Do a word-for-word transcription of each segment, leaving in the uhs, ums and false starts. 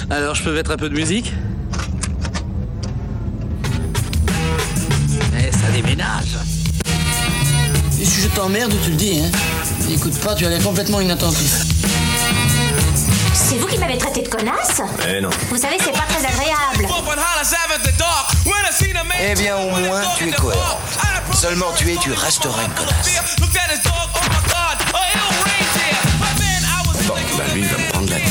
Alors, je peux mettre un peu de musique? Eh, ça déménage. Et si je t'emmerde, tu le dis, hein. Écoute pas, tu as l'air complètement inattentif. C'est vous qui m'avez traité de connasse? Eh non. Vous savez, c'est pas très agréable. Eh bien, au moins, tu es cohérent. Seulement tu es, tu resteras une connasse. Bon, bah lui, il va me prendre la tête.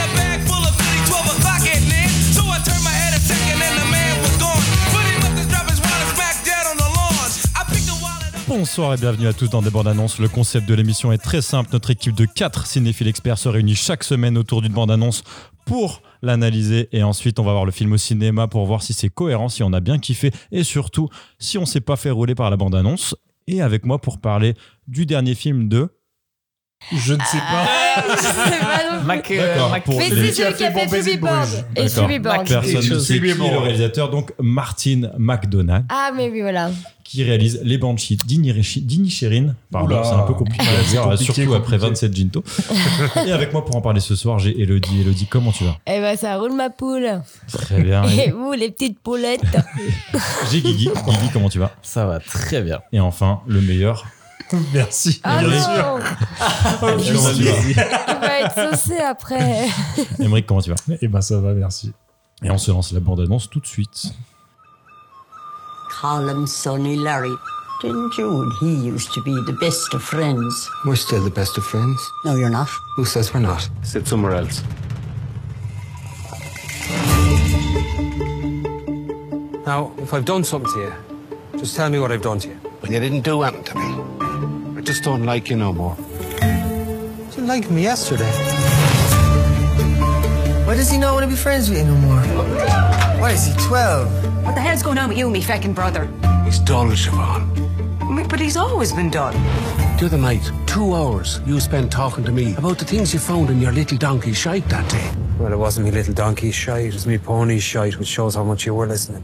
Bonsoir et bienvenue à tous dans des bandes annonces. Le concept de l'émission est très simple. Notre équipe de quatre cinéphiles experts se réunit chaque semaine autour d'une bande annonce pour l'analyser et ensuite on va voir le film au cinéma pour voir si c'est cohérent, si on a bien kiffé et surtout si on s'est pas fait rouler par la bande annonce. Et avec moi pour parler du dernier film de... Je ne sais pas. Je sais pas non plus. Mac, euh, Mac. Mais les... c'est celui qui a fait Phoebe et Phoebe Personne ne sait qui est le réalisateur, donc Martin McDonagh. Ah mais oui voilà. Qui réalise Les Banshees d'Inisherin. Pardon, c'est un peu compliqué à dire, compliqué, surtout compliqué. Après vingt-sept ginto. Et avec moi pour en parler ce soir, j'ai Elodie. Elodie, comment tu vas? Eh ben ça roule ma poule. Très bien. Et vous les petites poulettes? J'ai Guigui. Guigui, comment tu vas? Ça va très bien. Et enfin, le meilleur. Merci. Ah bien non. sûr. Oh, il va être saucé après. Émeric, comment tu vas? Eh ben ça va, merci. Et on se lance la bande-annonce tout de suite. Call him Sonny Larry. Didn't you and he used to be the best of friends? We're still the best of friends. No, you're not. Who says we're not? Sit somewhere else. Now, if I've done something to you, just tell me what I've done to you. Well, you didn't do anything to me. I just don't like you no more. You didn't like me yesterday. Why does he not want to be friends with you no more? Why is he twelve? What the hell's going on with you, me feckin' brother? He's dull, Siobhan. But he's always been dull. The other night, two hours you spent talking to me about the things you found in your little donkey shite that day. Well, it wasn't me little donkey shite, it was me pony shite, which shows how much you were listening.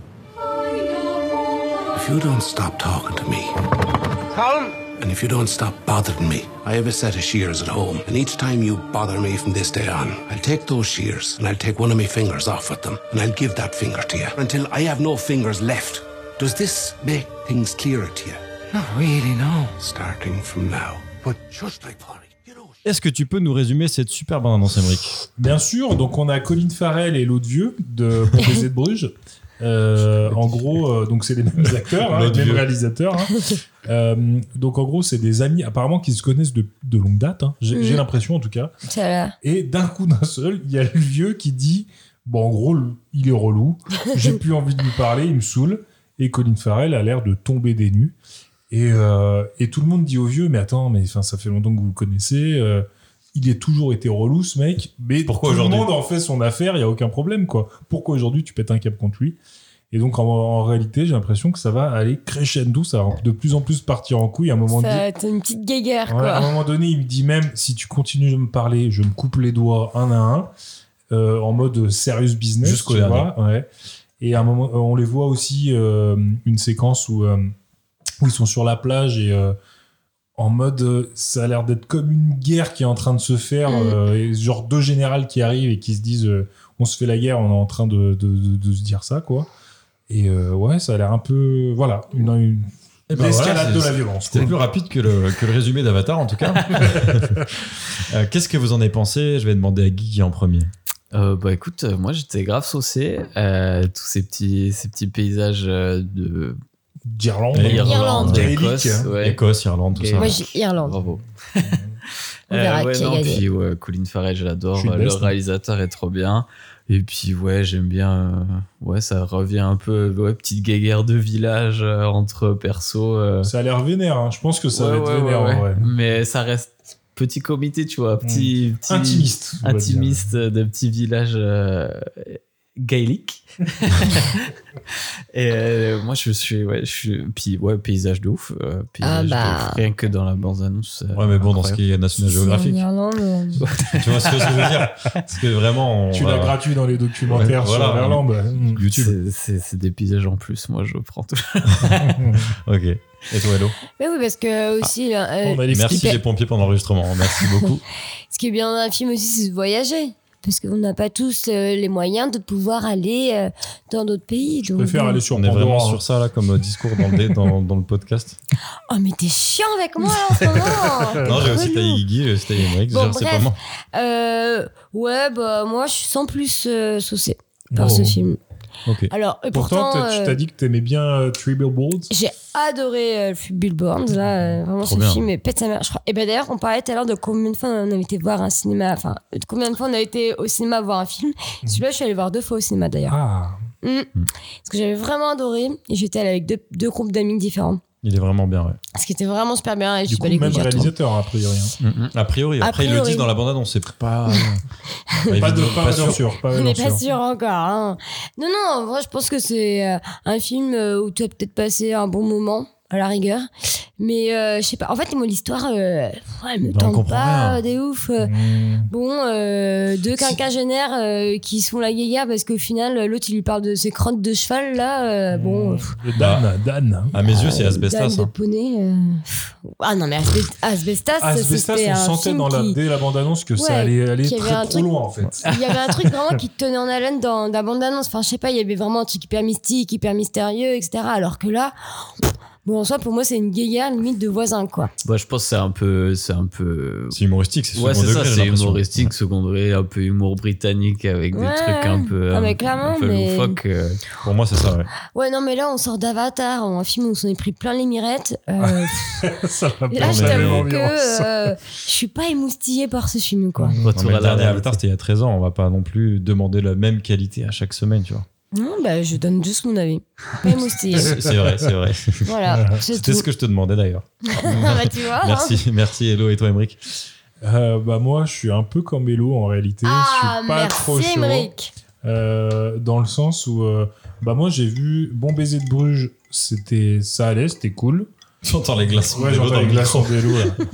If you don't stop talking to me... Colin! And if you don't stop bothering me, I have a set of shears at home, and each time you bother me from this day on, I'll take those shears and I'll take one of my fingers off with them, and I'll give that finger to you until I have no fingers left. Does this make things clearer to you? Not really, no. Starting from now. But just like Polly. Est-ce que tu peux nous résumer cette super bande-annonce, Émeric? Bien sûr. Donc on a Colin Farrell et l'autre vieux de Pour baiser de Bruges. Euh, en gros, euh, donc c'est les mêmes acteurs, hein, les mêmes réalisateurs. Hein. Euh, donc en gros, c'est des amis apparemment qui se connaissent de, de longue date. Hein. J'ai, mmh. j'ai l'impression en tout cas. Et d'un coup d'un seul, il y a le vieux qui dit bon, en gros, il est relou. J'ai plus envie de lui parler, il me saoule. Et Colin Farrell a l'air de tomber des nues. Et, euh, et tout le monde dit au vieux mais attends, mais enfin ça fait longtemps que vous le connaissez. Euh, il a toujours été relou ce mec, mais pourquoi tout aujourd'hui le monde en fait son affaire, il y a aucun problème quoi. Pourquoi aujourd'hui tu pètes un cap contre lui? Et donc en, en réalité, j'ai l'impression que ça va aller crescendo, ça va de plus en plus partir en couille à un moment donné. Ça va être une petite guéguerre ouais, quoi. À un moment donné, il me dit même si tu continues de me parler, je me coupe les doigts un à un euh, en mode serious business jusqu'au tu vois, ouais. Et à un moment on les voit aussi euh, une séquence où euh, où ils sont sur la plage et euh, en mode, euh, ça a l'air d'être comme une guerre qui est en train de se faire, mmh. euh, et genre deux générales qui arrivent et qui se disent euh, on se fait la guerre, on est en train de, de, de, de se dire ça, quoi. Et euh, ouais, ça a l'air un peu, voilà, une, une eh ben l'escalade voilà, de la violence. C'était plus rapide que le, que le résumé d'Avatar, en tout cas. euh, qu'est-ce que vous en avez pensé? Je vais demander à Guy en premier. Euh, bah écoute, euh, moi j'étais grave saucé. Euh, tous ces petits, ces petits paysages euh, de... d'Irlande, Irlande, d'Écosse, ouais. Écosse, Irlande, tout et ça. Moi j'ai Irlande. Bravo. On verra euh, ouais, qui a non, gagné. puis ouais, Colin Farrell, je l'adore. Je le best, réalisateur est trop bien. Et puis ouais, j'aime bien. Euh, ouais, ça revient un peu, ouais, petite guéguerre de village euh, entre persos. Euh. Ça a l'air vénère. Hein. Je pense que ça ouais, va être ouais, vénère. Ouais, ouais. Ouais. Mais ça reste petit comité, tu vois, petit, mmh. petit intimiste, intimiste de petits villages. Euh, gaélique. Et euh, moi je suis ouais je suis puis ouais paysage de ouf euh, paysage ah bah. de ouf, rien que dans la bande annonce euh, ouais mais bon incroyable. Dans ce qui est National Geographic Irlande, euh... tu vois ce que je veux dire parce que vraiment on, tu l'as euh... gratuit dans les documentaires ouais, voilà, sur l'Irlande YouTube c'est, c'est, c'est des paysages en plus moi je prends tout. Ok. Et toi, Hello? Mais oui, parce que aussi. Ah, euh, merci les pompiers pendant l'enregistrement. Merci beaucoup. Ce qui est bien dans un film aussi, c'est de voyager. parce qu'on n'a pas tous euh, les moyens de pouvoir aller euh, dans d'autres pays. Je préfère aller sur On est Pandora. vraiment sur ça là comme euh, discours dans le, dans, dans le podcast. Oh, mais t'es chiant avec moi là, en ce moment. Non, j'ai aussi taillé Guigui, j'ai aussi taillé Emmerich, Bon, c'est pas bref, moi. euh, ouais, bah moi je suis sans plus euh, saucée par Oh. ce film. Ok. Alors, et Pourtant, pourtant, t'as- tu euh, t'as dit que t'aimais bien euh, Three Billboards. j'ai adoré euh, le film Billboards, là, euh, vraiment Trop ce bien. film est pète sa mère. Je crois. Et ben d'ailleurs, on parlait tout à l'heure de combien de fois on avait été voir un cinéma, enfin, de combien de fois on a été au cinéma voir un film. Celui-là, je suis allée voir deux fois au cinéma d'ailleurs. Ah. Mm. Parce que j'avais vraiment adoré et j'étais allée avec deux, deux groupes d'amis différents. Il est vraiment bien, ouais. Ce qui était vraiment super bien. Et je Du suis coup, allée même écouter, j'y retourne. réalisateur, a priori. hein. Mm-hmm. A priori, A après ils le priori. disent dans la bande-annonce, c'est pas. Pas de évident, pas bien sûr. Pas On bien n'est pas sûr. sûr encore. Hein. Non, non, en vrai, je pense que c'est euh, un film euh, où tu as peut-être passé un bon moment, à la rigueur. Mais euh, je sais pas. En fait, moi, l'histoire, euh, ouais, elle me Ben, on tente comprend pas rien. des ouf. Euh, Mmh. Bon, euh, deux quinquagénaires euh, qui sont la guéguerre parce qu'au final, l'autre, il lui parle de ses crottes de cheval, là. euh, bon, pff, Le Dan, Dan. À mes yeux, c'est Dan Asbestas. de hein. poney. euh, pff. Ah non, mais Asbestas, Asbestas, Asbestas, c'était on un sentait film dans la, qui... dès la bande-annonce que ça Ouais, allait aller qu'il y avait très un trop truc- loin, en fait. Il y avait un truc vraiment qui te tenait en haleine dans, dans la bande-annonce. Enfin, je sais pas, il y avait vraiment un truc hyper mystique, hyper mystérieux, et cetera. Alors que là, pff, bon, en soi, pour moi, c'est une guéguerre limite de voisins, quoi. Bah, je pense que c'est un peu. C'est un peu. C'est humoristique, c'est Ouais, second c'est ça, degré, j'ai c'est l'impression. humoristique, second degré, un peu humour britannique avec des Ouais. trucs un peu. Ah, un- mais clairement, un peu mais- loufoques, euh. Pour moi, c'est ça, ouais. Ouais, non, mais là, on sort d'Avatar, un film où on s'en est pris plein les mirettes. Euh, Ça va là, pas je la même t'avoue que ambiance. euh, je suis pas émoustillée par ce film, quoi. Non, Retour mais à le la dernier réalité. Avatar, c'était il y a treize ans. On va pas non plus demander la même qualité à chaque semaine, tu vois. Non, bah, je donne juste mon avis. Pas émoustillée. C'est c'est vrai, c'est vrai. Voilà, c'est C'était tout. ce que je te demandais d'ailleurs. Ah, bah, tu vois. Merci, merci Hello et toi Emmerich. Euh, bah moi, je suis un peu comme Hello en réalité. Ah, je suis pas trop merci, chaud. Emmerich. Euh, dans le sens où, euh, bah moi, j'ai vu Bon baiser de Bruges. C'était, ça allait, c'était cool. J'entends les glaçons. Ouais, d'Hello j'entends dans les le glaçons micro. d'Hello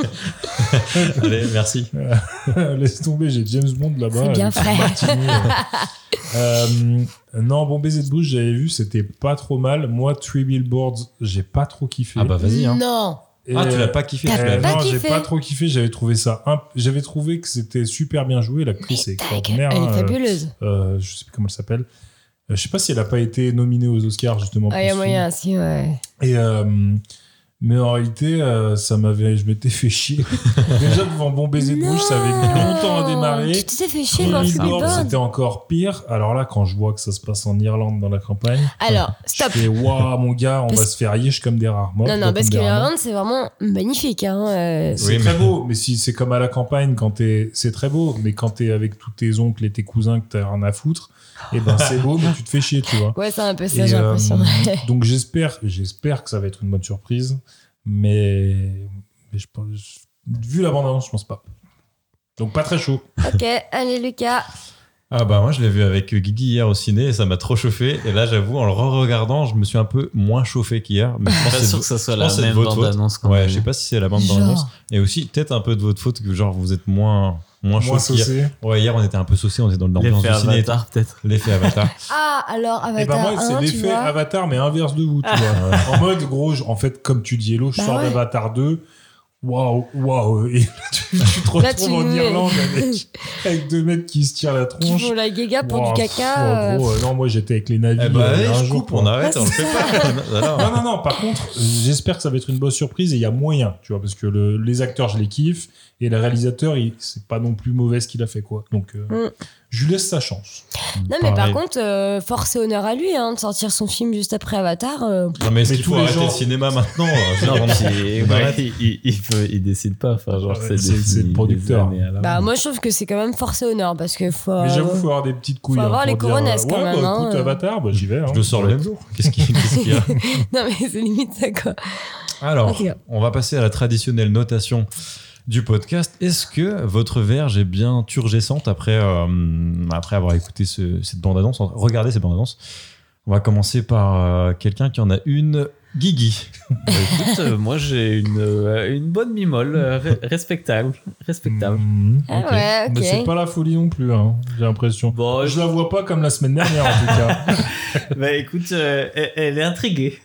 là. Allez, merci. Laisse tomber, j'ai James Bond là-bas. C'est bien avec fait. Martini, euh. Euh, non, Bon baiser de Bruges, j'avais vu, c'était pas trop mal. Moi, Three Billboards, j'ai pas trop kiffé. Ah bah vas-y. Hein. Non. Et, Ah, tu l'as pas kiffé. T'as tu l'as euh, pas non, j'ai kiffé pas trop kiffé. J'avais trouvé ça. un- J'avais trouvé que c'était super bien joué. L'actrice est Ta gueule, extraordinaire. elle est hein, fabuleuse. euh, euh, je sais plus comment elle s'appelle. Euh, je sais pas si elle a pas été nominée aux Oscars justement. Ah, il y a pour ce moyen, si, ouais. film. Et euh, mais en réalité, euh, ça m'avait, je m'étais fait chier. Déjà devant Bon baiser de Bruges, ça avait mis longtemps à démarrer. Tu t'es fait chier Three dans ce Billboards, Billboards. c'était encore pire. Alors là, quand je vois que ça se passe en Irlande dans la campagne, Alors, stop. je fais waouh mon gars, on Parce- va se faire yesh comme des rares. Moi, Non, non, comme parce des que rares morts. l'Irlande, c'est vraiment magnifique. Hein. euh, C'est Oui, très mais- beau, mais si c'est comme à la campagne, quand t'es, c'est très beau, mais quand t'es avec tous tes oncles et tes cousins que t'as rien à foutre, et ben c'est beau, mais tu te fais chier, tu vois. Ouais, c'est un peu ça, Et, j'ai euh, l'impression. donc j'espère, j'espère que ça va être une bonne surprise, mais, mais je pense, vu la bande-annonce, je pense pas. Donc pas très chaud. Ok, allez, Lucas. Ah bah moi je l'ai vu avec Guigui hier au ciné et ça m'a trop chauffé. Et là j'avoue en le re-regardant je me suis un peu moins chauffé qu'hier. Mais je pense Pas c'est de sûr vo- que ça soit je la pense c'est de même votre faute. bande-annonce quand Ouais, même. je sais pas si c'est la bande Genre. bande-annonce. Et aussi peut-être un peu de votre faute que genre vous êtes moins moins chaud Moins qu'hier. saucé. Ouais, hier on était un peu saucé, on était dans l'ambiance L'effet du ciné. et tout. Avatar, peut-être. L'effet Avatar. Ah, alors, Et Avatar ben moi, c'est un, tu l'effet vois. Avatar, mais inverse de vous, tu vois. En mode, gros, je- en fait, comme tu dis Hello, je Bah sors ouais. d'Avatar deux. Waouh, waouh. Et là, tu, tu te Là, retrouves tu en veux- Irlande avec, avec deux mecs qui se tirent la Qui tronche. font la guéga pour Waouh, du pff, caca. oh, euh, gros, euh, non, moi, j'étais avec les navires. Eh bah euh, allez, un je jour, coupe, quoi. on arrête, on le fait pas. Alors. Non, non, non, par contre, j'espère que ça va être une bonne surprise et il y a moyen, tu vois, parce que le- les acteurs, je les kiffe et le réalisateur, il- c'est pas non plus mauvais ce qu'il a fait, quoi. Donc, euh, Mm. je lui laisse sa chance. Non, mais Pareil. par contre, euh, force et honneur à lui hein, de sortir son film juste après Avatar. euh, Non mais est-ce Mais qu'il tous faut les arrêter gens- le cinéma maintenant Je veux Non, dire, on- puis, on ouais, arrête. il, il, il, peut, il décide pas. Enfin, genre, Ouais, c'est c'est- c'est le défini producteur. des années à l'avance. Bah, moi, je trouve que c'est quand même force et honneur parce que faut. Mais j'avoue, euh, il faut avoir des petites couilles. faut hein, avoir pour les dire, coronesses, euh, quand ouais, même, bah, hein, écoute, euh. Avatar, bah, j'y vais. hein. Je le sors le même jour. Qu'est-ce qu'il qu'est-ce qu'il y a Non, mais c'est limite ça, quoi. Alors, Ok. on va passer à la traditionnelle notation du podcast. Est-ce que votre verge est bien turgescente après, euh, après avoir écouté ce- cette bande-annonce, regardé cette bande-annonce? On va commencer par euh, quelqu'un qui en a une. Guigui. Bah, écoute, euh, moi j'ai une, euh, une bonne mimole, euh, re- respectable. Respectable. Mmh, Ah ok. ouais, ok. Mais c'est pas la folie non plus, hein, j'ai l'impression. Bon, Je la vois pas comme la semaine dernière, en tout cas. Bah écoute, euh, elle, elle est intriguée.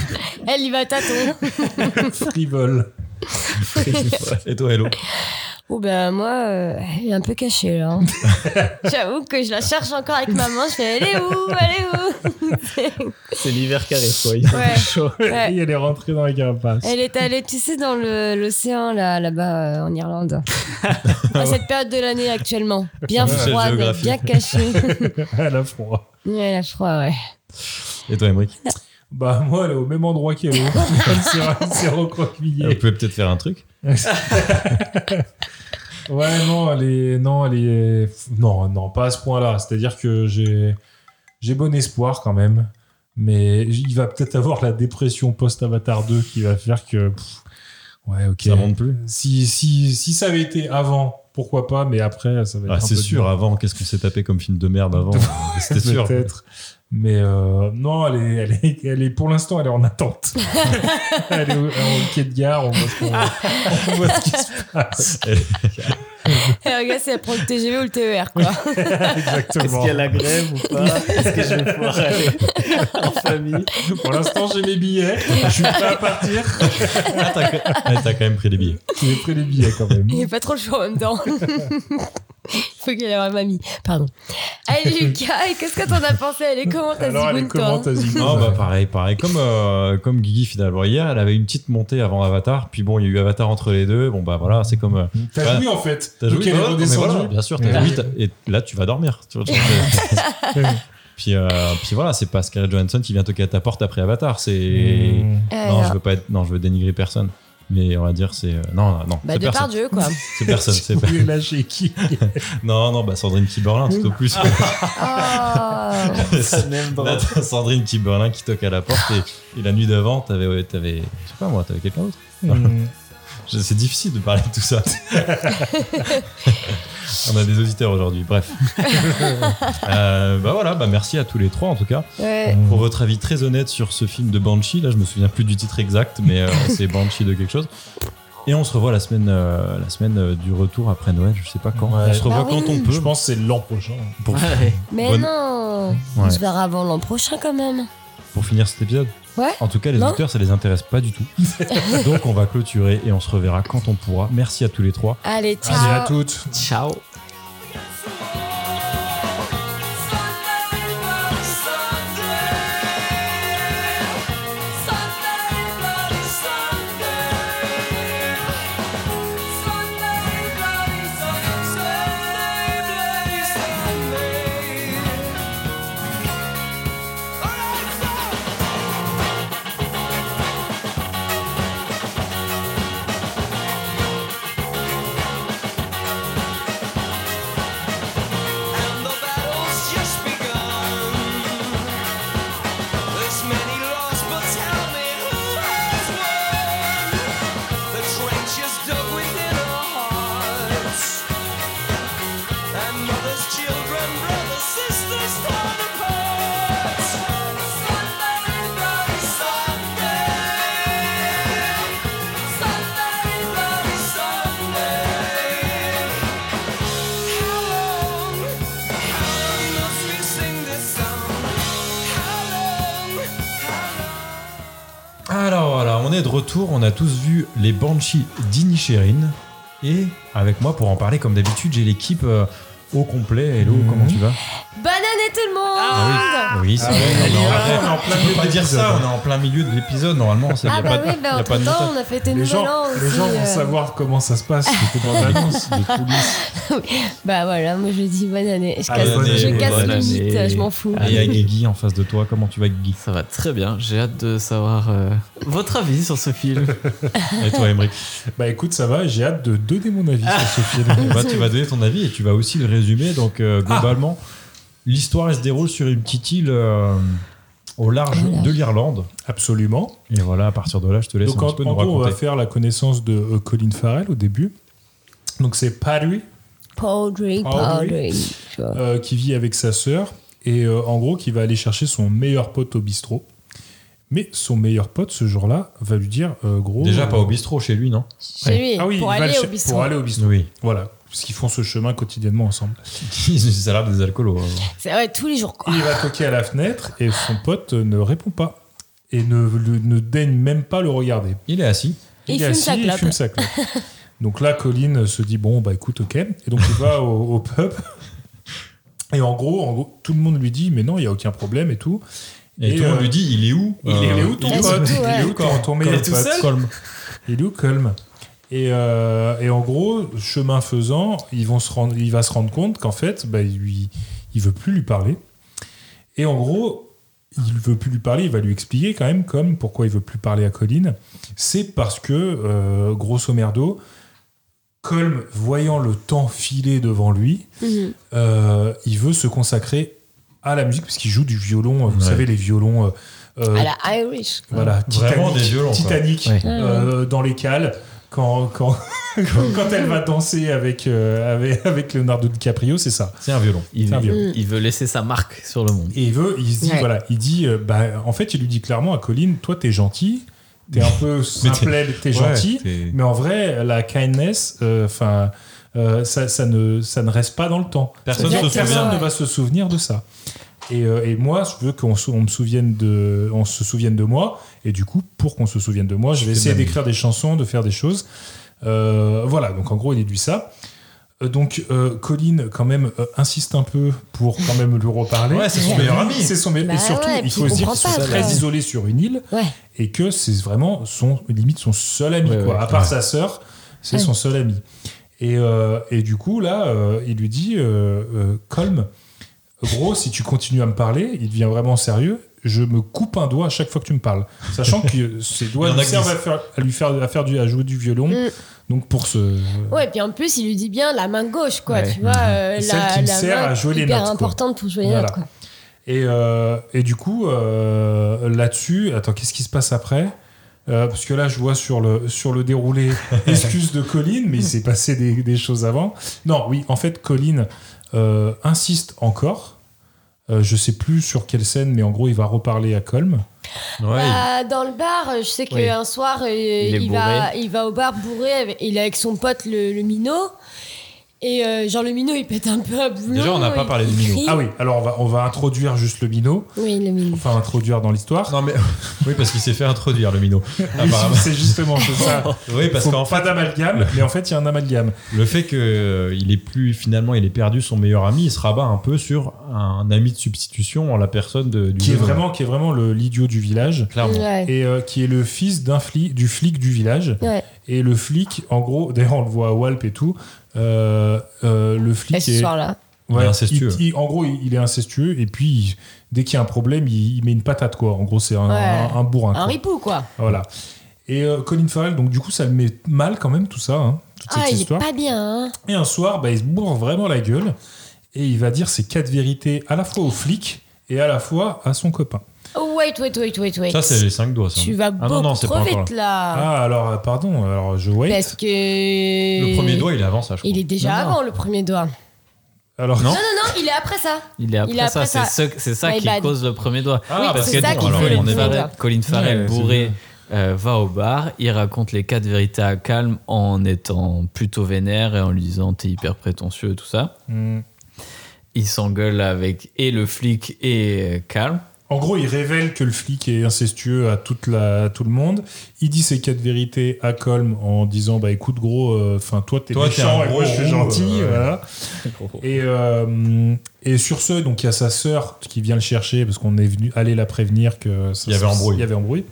Elle y va tâton. Frivole. Et toi, Hello? Oh ben moi, euh, elle est un peu cachée là. Hein. J'avoue que je la cherche encore avec ma main. Je fais, elle est où? Elle est où? C'est l'hiver qui arrive, quoi. Il fait Ouais. chaud. Ouais. Et elle est rentrée dans la carapace. Elle est allée, tu sais, dans le, l'océan là, là-bas euh, en Irlande. À cette période de l'année actuellement, bien Ouais, froide, géographie. bien cachée. Elle a froid. Ouais, elle a froid, ouais. Et toi, Émeric? Bah, moi, elle est au même endroit qu'elle est. Elle s'est- elle s'est recroquevillée. Vous pouvez peut-être faire un truc. Ouais, non, elle est, non, elle est, non, non, pas à ce point-là. C'est-à-dire que j'ai, j'ai bon espoir quand même, mais il va peut-être avoir la dépression post-Avatar deux qui va faire que, pff, ouais, ok. Ça monte plus. Si, si, si ça avait été avant, pourquoi pas, mais après, ça va être Ah, un c'est peu sûr, dur. avant, qu'est-ce qu'on s'est tapé comme film de merde avant? C'était sûr. Peut-être. Mais euh, non, elle est, elle est, elle est, pour l'instant, elle est en attente. Elle est au, au quai de gare, on voit ce, qu'on- on voit ce qui se passe. Et regarde si elle prend le T G V ou le T E R, quoi. Exactement. Est-ce qu'il y a la grève ou pas? Est-ce que je vais pouvoir aller en famille? Pour l'instant, j'ai mes billets. Je suis prêt à partir. Ah, t'as, ah, t'as quand même pris les billets. J'ai pris les billets quand même. Il n'y a pas trop le choix en même temps. Il faut qu'elle ait ma mamie. Pardon. Allez, Lucas, et qu'est-ce que t'en as pensé? Elle est comment ta Alors, elle est zigoune, comment toi? ta zigoune? Non, bah pareil, pareil. Comme, euh, comme Guigui, finalement, hier, elle avait une petite montée avant Avatar. Puis bon, il y a eu Avatar entre les deux. Bon, bah voilà, c'est comme. euh, T'as voilà. joué en fait. T'as Donc joué, elle est ouais, mais redescendue. voilà, bien sûr, t'as Ouais. joué. t'as- Et là, tu vas dormir. Tu vois, tu- puis, euh, puis voilà, c'est pas Scarlett Johansson qui vient toquer à ta porte après Avatar. C'est. Mmh. Non, Euh, je veux pas être. Non, je veux dénigrer personne. Mais on va dire, c'est. euh, Non, non. Bah, c'est de personne. par Dieu, quoi. C'est personne. C'est Vous voulez lâcher qui? Non, non, bah Sandrine Kiberlin, tout au plus. Oh. Ça n'aime pas. Là, t'as Sandrine Kiberlin qui toque à la porte et, et la nuit d'avant, t'avais, ouais, t'avais, je sais pas moi, t'avais quelqu'un d'autre. Mmh. Je- C'est difficile de parler de tout ça. On a des auditeurs aujourd'hui, bref. Euh, bah voilà, bah merci à tous les trois en tout cas Ouais. pour votre avis très honnête sur ce film de Banshee. Là, je me souviens plus du titre exact, mais euh, c'est Banshee de quelque chose. Et on se revoit la semaine, euh, la semaine euh, du retour après Noël. Je sais pas quand. Ouais. On se revoit Bah quand oui. on peut. Je pense que c'est l'an prochain. Pour, Ouais. Mais Bonne- non, Ouais. on se verra avant l'an prochain quand même. pour finir cet épisode. Ouais. En tout cas, les Non. auditeurs, ça les intéresse pas du tout. Donc, on va clôturer et on se reverra quand on pourra. Merci à tous les trois. Allez, ciao. Allez, à toutes. Ciao. Alors voilà, on est de retour. On a tous vu les Banshees d'Inisherin. Et avec moi, pour en parler, comme d'habitude, j'ai l'équipe euh, au complet. Hello, Mhm. comment tu vas? Bonne année tout le monde. Ah oui, oui, c'est Ah vrai. ouais, Non, mais en on vrai, est en plein tu milieu peux pas de dire l'épisode. ça, on est en plein milieu de l'épisode. Normalement, il n'y Ah a bah pas de, oui, bah y a entre pas de temps montage. on a fêté Les Nouvel gens, An les aussi, gens vont euh. savoir comment ça se passe. C'était dans l'annonce, les coulisses. Bah voilà, moi je dis bonne année. Je Ah, casse, bonne je année, casse bonne le mythe, année. je m'en fous. Et il y a Guigui en face de toi. Comment tu vas, Guigui? Ça va très bien. J'ai hâte de savoir euh, votre avis sur ce film. Et toi, Émeric? Bah écoute, ça va, j'ai hâte de donner mon avis sur ce film. Bah, tu vas donner ton avis et tu vas aussi le résumer. Donc, euh, globalement, l'histoire elle se déroule sur une petite île euh, au large Au large. de l'Irlande. Absolument. Et voilà, à partir de là, je te laisse Donc un en, petit peu en nous gros, on va raconter. faire la connaissance de euh, Colin Farrell au début. Donc c'est Paddy Powdery, Powdery. powdery. tu vois. euh, qui vit avec sa sœur et euh, en gros qui va aller chercher son meilleur pote au bistrot. Mais son meilleur pote ce jour-là va lui dire euh, gros. Déjà, pas au bistrot chez lui, non? Chez lui, Ah oui, pour il va aller le au cher- bistrot. Pour aller au bistrot. Oui. Voilà, parce qu'ils font ce chemin quotidiennement ensemble. Ça a l'air des alcoolos. hein. C'est vrai, tous les jours quoi. Il va toquer à la fenêtre et son pote ne répond pas et ne, le- ne daigne même pas le regarder. Il est assis. Et il est fume sa assis et clope. fume sa clope. Donc là, Colin se dit bon, bah écoute, ok. Et donc il va au, au pub. Et en gros, en gros, tout le monde lui dit mais non, il y a aucun problème et tout. Et, et tout le monde euh, lui dit il est où Il est où ton pote Il est où ton, ton meilleur pote Colm. Il est où Colm Et, euh, et en gros, chemin faisant, ils vont se rendre, il va se rendre compte qu'en fait, bah, lui, il veut plus lui parler. Et en gros, il veut plus lui parler. Il va lui expliquer quand même comme pourquoi il veut plus parler à Colin. C'est parce que, euh, grosso merdo, Colm, voyant le temps filer devant lui, mm-hmm. euh, il veut se consacrer à la musique parce qu'il joue du violon. Vous ouais. savez, les violons. Euh, à la Irish. Quoi. Voilà, Titanic, des violons, Titanic ouais. euh, dans les cales. Quand, quand, quand elle va danser avec, euh, avec, avec Leonardo DiCaprio, c'est ça. C'est un violon. Il, c'est un violon. il veut laisser sa marque sur le monde. Et il veut, il se dit, ouais. voilà, il dit, euh, bah, en fait, il lui dit clairement à Colin, toi, t'es gentil, t'es un peu simplet, t'es, t'es gentil, ouais, t'es... mais en vrai, la kindness, enfin, euh, euh, ça, ça, ne, ça ne reste pas dans le temps. Personne, se personne ouais. ne va se souvenir de ça. Et, euh, et moi, je veux qu'on on me souvienne de, on se souvienne de moi. Et du coup, pour qu'on se souvienne de moi, je vais essayer d'écrire des chansons, de faire des choses. Euh, voilà. Donc, en gros, il déduit ça. Euh, donc, euh, Colin, quand même, euh, insiste un peu pour quand même lui reparler. Ouais, c'est son meilleur ami. C'est son me- bah et surtout, ouais, il faut se dire qu'ils sont très ouais. isolés sur une île ouais. et que c'est vraiment son, limite son seul ami. Ouais, quoi. Ouais, à part ouais. sa sœur, c'est ouais. son seul ami. Et, euh, et du coup, là, euh, il lui dit, euh, euh, Colm, gros, si tu continues à me parler, il devient vraiment sérieux. Je me coupe un doigt à chaque fois que tu me parles, sachant que ses doigts lui servent à, faire, à lui faire à faire du à jouer du violon. Mm. Donc pour ce ouais, puis en plus il lui dit bien la main gauche, quoi. Ouais. Tu vois, euh, celle la, qui me sert à jouer les notes. Hyper importante pour jouer les voilà. notes, quoi. Et euh, et du coup euh, là-dessus, attends, qu'est-ce qui se passe après? Euh, parce que là, je vois sur le, sur le déroulé excuse de Colin, mais il s'est passé des, des choses avant. Non, oui, en fait, Colin euh, insiste encore. Euh, je sais plus sur quelle scène, mais en gros, il va reparler à Colm. Ouais. Bah, dans le bar, je sais qu'un oui. soir, euh, il, il, va, il va au bar bourré, avec, il est avec son pote, le, le minot. Et euh, genre le minot il pète un peu à boulot. Déjà on n'a pas parlé du minot. Ah oui, alors on va, on va introduire juste le minot. Oui, le minot. Enfin introduire dans l'histoire. Non mais oui, parce qu'il s'est fait introduire le minot. Apparemment. C'est justement c'est ça. Oui, parce qu'en pas fait, d'amalgame, mais en fait il y a un amalgame. Le fait que euh, il est plus finalement il ait perdu son meilleur ami, il se rabat un peu sur un ami de substitution en la personne de, du qui est vraiment qui est vraiment le l'idiot du village, clairement. Ouais. Et euh, qui est le fils d'un flic du flic du village. Ouais. Et le flic, en gros, d'ailleurs on le voit à Walp et tout. Euh, euh, le flic et ce est soir-là. Ouais, il est incestueux. Il, il, en gros, il, il est incestueux et puis il, dès qu'il y a un problème, il, il met une patate quoi. En gros, c'est un, ouais. un, un bourrin. Un ripou quoi. Voilà. Et euh, Colin Farrell, donc du coup, ça le met mal quand même tout ça, hein, toute ah, cette il histoire. est pas bien. Hein. Et un soir, bah, il se bourre vraiment la gueule et il va dire ses quatre vérités à la fois au flic et à la fois à son copain. Oh, wait, wait, wait, wait, wait. Ça, c'est les cinq doigts, ça. Tu vas beaucoup ah, non, non, trop pas vite, là. Ah, alors, pardon, alors je wait. Parce que... Le premier doigt, il est avant ça, je crois. Il est déjà non, avant, non. le premier doigt. Alors, non, non, non, il est après ça. Il est après, il est après ça, ça. C'est, ce, c'est ça My qui bad. cause le premier doigt. Ah, oui, parce c'est que ça qui fait le premier doigt. Colin Farrell, ouais, bourré, euh, va au bar, il raconte les quatre vérités à Calm en étant plutôt vénère et en lui disant t'es hyper prétentieux et tout ça. Mm. Il s'engueule avec et le flic et Calm. En gros, il révèle que le flic est incestueux à, toute la, à tout le monde. Il dit ses quatre vérités à Colm en disant bah écoute gros, enfin euh, toi t'es toi, méchant t'es et moi je suis gentil, euh, voilà. et euh, et sur ce, donc il y a sa sœur qui vient le chercher parce qu'on est venu aller la prévenir que ça, il y avait embrouille. Il y avait embrouille.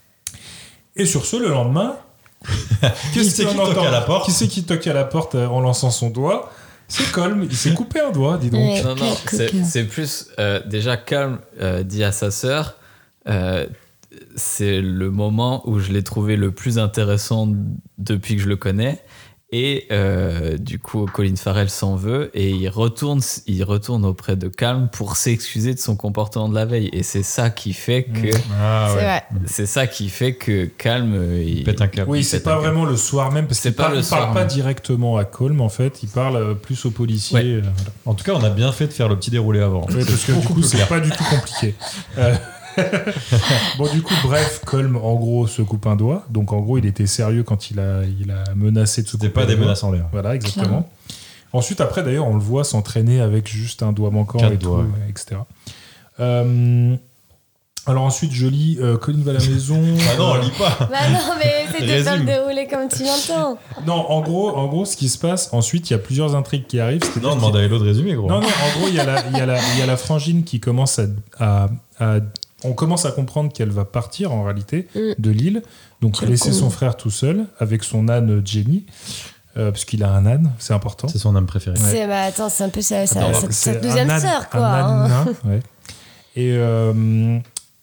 Et sur ce, le lendemain, qui c'est qui toque à la porte Qui c'est qui toque à la porte en lançant son doigt? C'est Colm, il s'est coupé un doigt, dis donc. Ouais, non, non, c'est, c'est plus... Euh, déjà, Colm euh, dit à sa sœur, euh, c'est le moment où je l'ai trouvé le plus intéressant depuis que je le connais. Et euh, du coup, Colin Farrell s'en veut et il retourne, il retourne auprès de Calm pour s'excuser de son comportement de la veille. Et c'est ça qui fait que ah, ouais. c'est, vrai. c'est ça qui fait que Calm il, il pète un câble. Oui, c'est pas vraiment le soir même parce qu'il parle, il parle pas directement à Colm en fait, il parle plus aux policiers. Ouais. Voilà. En tout cas, on a bien fait de faire le petit déroulé avant. Ouais, parce que du coup, c'est pas du tout compliqué. Euh, bon du coup bref Colm en gros se coupe un doigt donc en gros il était sérieux quand il a, il a menacé de se c'était couper pas des doigt. menaces en l'air voilà exactement. Ah. Ensuite après d'ailleurs on le voit s'entraîner avec juste un doigt manquant Quatre et doigts, tout, ouais. et cetera euh, Alors ensuite, je lis euh, Colin va à la maison. Bah non, on lit pas. Bah non, mais c'était pas le déroulé comme tu l'entends. Non, en gros, en gros, ce qui se passe, ensuite, il y a plusieurs intrigues qui arrivent. Non, demande à Hello de résumer, gros. Non, non, en gros, il y a la, il y a la, il y a la frangine qui commence à, à, à- on commence à comprendre qu'elle va partir, en réalité, Mm. de l'île. Donc, Quel laisser con. son frère tout seul, avec son âne Jenny. Euh, parce qu'il a un âne, c'est important. C'est son âme préférée. C'est, bah, attends, c'est un peu sa, sa, Attends, sa- sa c'est deuxième un âne- sœur, quoi. Un âne hein. nain, ouais. Et, euh,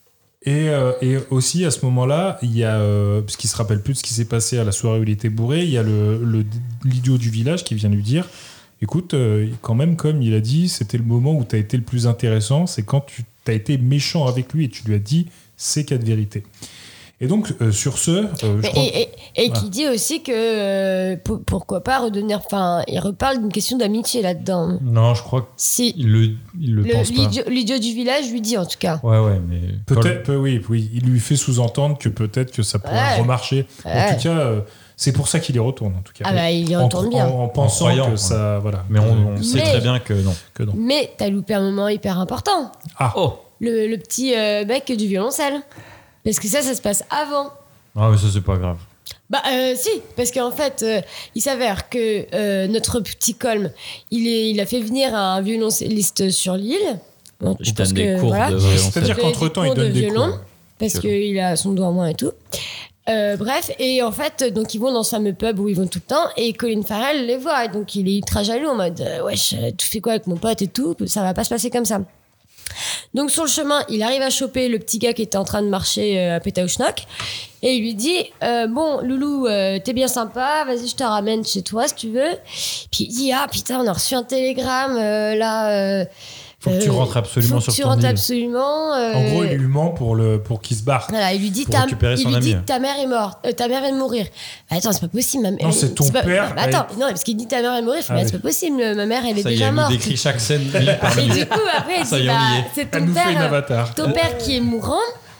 et, euh, et aussi, à ce moment-là, il y a, euh, parce qu'il se rappelle plus de ce qui s'est passé à la soirée où il était bourré, il y a le, le- l'idiot du village qui vient lui dire écoute, euh, quand même, comme il a dit, c'était le moment où tu as été le plus intéressant, c'est quand tu as été méchant avec lui et tu lui as dit ces quatre vérités. Et donc, euh, sur ce, euh, je Mais crois- et et, et Voilà. qui dit aussi que euh, pour- pourquoi pas redevenir. Enfin, il reparle d'une question d'amitié là-dedans. Non, je crois qu'il Si. le, il le, Le- pense pas. l'idiot, l'idiot du village lui dit en tout cas. Ouais, ouais, mais. Peut-être, peu- oui, oui, il lui fait sous-entendre que peut-être que ça pourrait Ouais. remarcher. En Ouais. tout cas, euh, c'est pour ça qu'il y retourne. En tout cas, Ah bah, il y En- retourne bien. En, en pensant En croyant, que ça, voilà. Mais on, on sait Mais- très bien que non. Que non. Mais t'as loupé un moment hyper important. Ah. Oh. Le, le petit euh, mec du violoncelle. Parce que ça, ça se passe avant. Ah, mais ça, c'est pas grave. Bah euh, si, parce qu'en fait, euh, il s'avère que euh, notre petit Colm, il, est, il a fait venir un violoncelliste sur l'île. Bon, Il donne des cours de voilà. violoncelle. C'est-à-dire Il qu'entre-temps, fait il des donne cours de des violon, cours. parce Violon. qu'il a son doigt en moins et tout. Euh, bref, et en fait, donc ils vont dans ce fameux pub où ils vont tout le temps, et Colin Farrell les voit, et donc il est ultra jaloux en mode euh, wesh, euh, tu fais quoi avec mon pote et tout, ça va pas se passer comme ça. Donc sur le chemin, il arrive à choper le petit gars qui était en train de marcher euh, à Pétaouchnok, et il lui dit euh, bon Loulou, euh, t'es bien sympa, vas-y je te ramène chez toi si tu veux. Puis il dit ah putain, on a reçu un télégramme euh, là. Euh, Faut que tu euh, rentres absolument faut que sur tu ton rentres île. absolument. euh, En gros, il lui ment pour, le, pour qu'il se barre. voilà, il lui dit, Pour ta, récupérer il son lui ami. dit ta mère est morte, euh, ta mère vient de mourir. Bah, attends, c'est pas possible. Ma... Non, c'est ton pas... père, Bah, attends, elle- non, parce qu'il dit ta mère vient de mourir. Je fais, Ah bah, oui. c'est pas possible, ma mère elle est Ça y est, déjà elle nous morte. décrit chaque scène île par Et île. du coup, après, il Ça dit y est, on y bah, est. c'est Elle ton nous fait une père, avatar. ton père qui est mourant.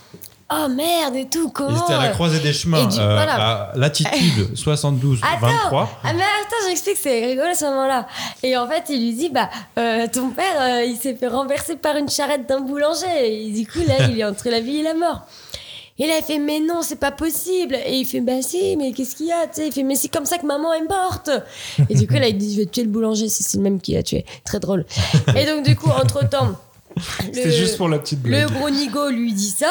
Oh merde et tout, comment Ils étaient à la croisée des chemins, Et du- euh, voilà. à latitude soixante-douze Attends, vingt-trois. ah mais attends, j'explique, c'est rigolo à ce moment-là. Et en fait, il lui dit, bah, euh, ton père, euh, il s'est fait renverser par une charrette d'un boulanger. Et du coup, là, il est entre la vie et la mort. Et là, il fait, mais non, c'est pas possible. Et il fait, bah si, mais qu'est-ce qu'il y a, tu sais? Il fait, mais c'est comme ça que maman est morte. Et du coup, là, il dit, je vais tuer le boulanger si c'est le même qui l'a tué. Très drôle. Et donc, du coup, entre-temps, C'était juste pour la petite blague. le gros nigo lui dit ça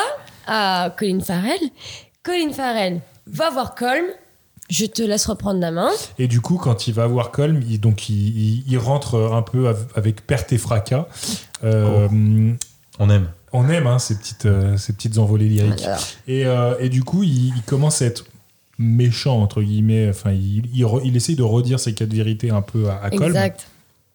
à Colin Farrell. Colin Farrell va voir Colm. Je te laisse reprendre la main. Et du coup, quand il va voir Colm, il, donc il, il- il rentre un peu av- avec perte et fracas. Euh, On aime. On aime hein, ces, petites, euh, ces petites envolées lyriques. Alors. Et, euh, et du coup, il, il commence à être méchant, entre guillemets. Enfin, il, il, re- il essaye de redire ses quatre vérités un peu à, à Colm. Exact.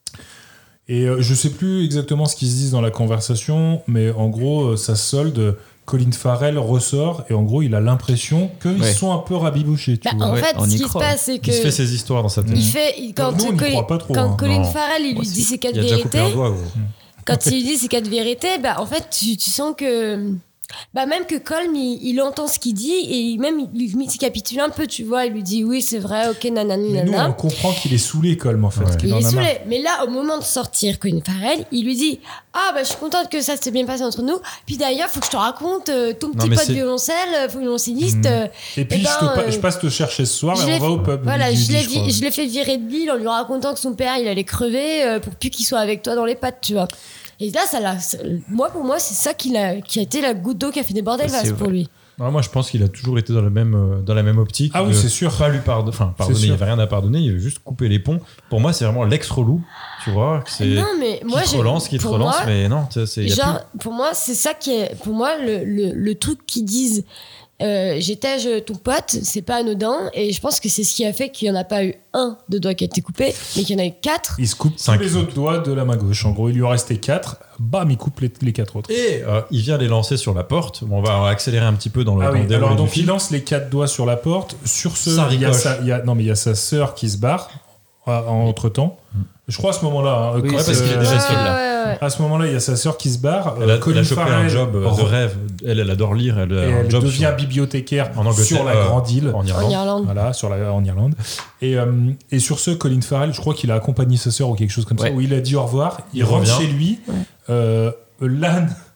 Et euh, je sais plus exactement ce qu'ils se disent dans la conversation, mais en gros, euh, ça solde. Colin Farrell ressort et en gros, il a l'impression qu'ils Ouais. sont un peu rabibouchés. Tu Bah, vois. en fait, ce qui se passe, c'est que. Il se fait ses histoires dans sa tête. Il fait. il- Quand, Nous, on n'y Colin- croit pas trop, quand hein. Colin Non. Farrell, il Moi, lui dit c'est- ses quatre il a déjà coupé vérités. un doigt, gros. Quand il lui dit ces quatre vérités, bah, en fait, tu, tu sens que. Bah, même que Colm, il, il entend ce qu'il dit et il- même il, il, il capitule un peu, tu vois. Il lui dit oui, c'est vrai, ok, nanani, Mais nous, nanana. on comprend qu'il est saoulé, Colm, en fait. qu'il Il en est a marre. saoulé. Mais là, au moment de sortir Colin Farrell, il lui dit ah, bah, je suis contente que ça s'est bien passé entre nous. Puis d'ailleurs, faut que je te raconte euh, ton Non, petit mais pote c'est- violoncelle, euh, violoncelliste. Mhm. euh, Et puis, eh ben, je, te pa- euh, je passe te chercher ce soir je et l'ai on va au pub. Voilà, lui je dit, l'ai je vi- crois. je l'ai fait virer de l'île en lui racontant que son père, il allait crever euh, pour plus qu'il soit avec toi dans les pattes, tu vois. Et là, ça l'a. ça- Moi, pour moi, c'est ça qui a, qui a été la goutte d'eau qui a fait déborder le C'est vase vrai. pour lui. Ouais, moi, je pense qu'il a toujours été dans, le même, euh, dans la même optique. Ah oui, de c'est sûr. Pas lui pardonner. Enfin, pardonner, C'est il sûr. n'y avait rien à pardonner, il veut juste couper les ponts. Pour moi, c'est vraiment l'ex-relou. Tu vois, que c'est. Non, mais moi, qui te j'ai- relance, qui te pour relance, moi, mais non, tu sais, c'est. y a Genre, plus- pour moi, c'est ça qui est. Pour moi, le, le, le truc qu'ils disent euh, j'étais je- ton pote, c'est pas anodin. Et je pense que c'est ce qui a fait qu'il y en a pas eu un de doigts qui a été coupé, mais qu'il y en a eu quatre. Il se coupe tous les autres doigts de la main gauche. En gros, il lui en restait quatre. Bam, il coupe les, les quatre autres. Et euh, il vient les lancer sur la porte. Bon, on va accélérer un petit peu dans le, Ah dans oui, le déroulé alors du donc il film. lance les quatre doigts sur la porte. Sur ce, Ça il y a ricoche. sa, il y a, non mais il y a sa sœur qui se barre entre temps. Je crois à ce moment-là. hein, Oui, quand, parce qu'il est déjà seul, là. À ce moment-là, il y a sa sœur qui se barre. Elle a, Euh, Colin elle a chopé un Farrell job euh, de re- rêve. Elle, elle adore lire. Elle, a Et un elle job devient sur- bibliothécaire en Angleterre, sur la euh, grande île. en Irlande. En Irlande. Voilà, sur la, en Irlande. Et, euh, et sur ce, Colin Farrell, je crois qu'il a accompagné sa sœur ou quelque chose comme Ouais. ça, où il a dit au revoir. Il, Il rentre revient. chez lui. Euh, l'âne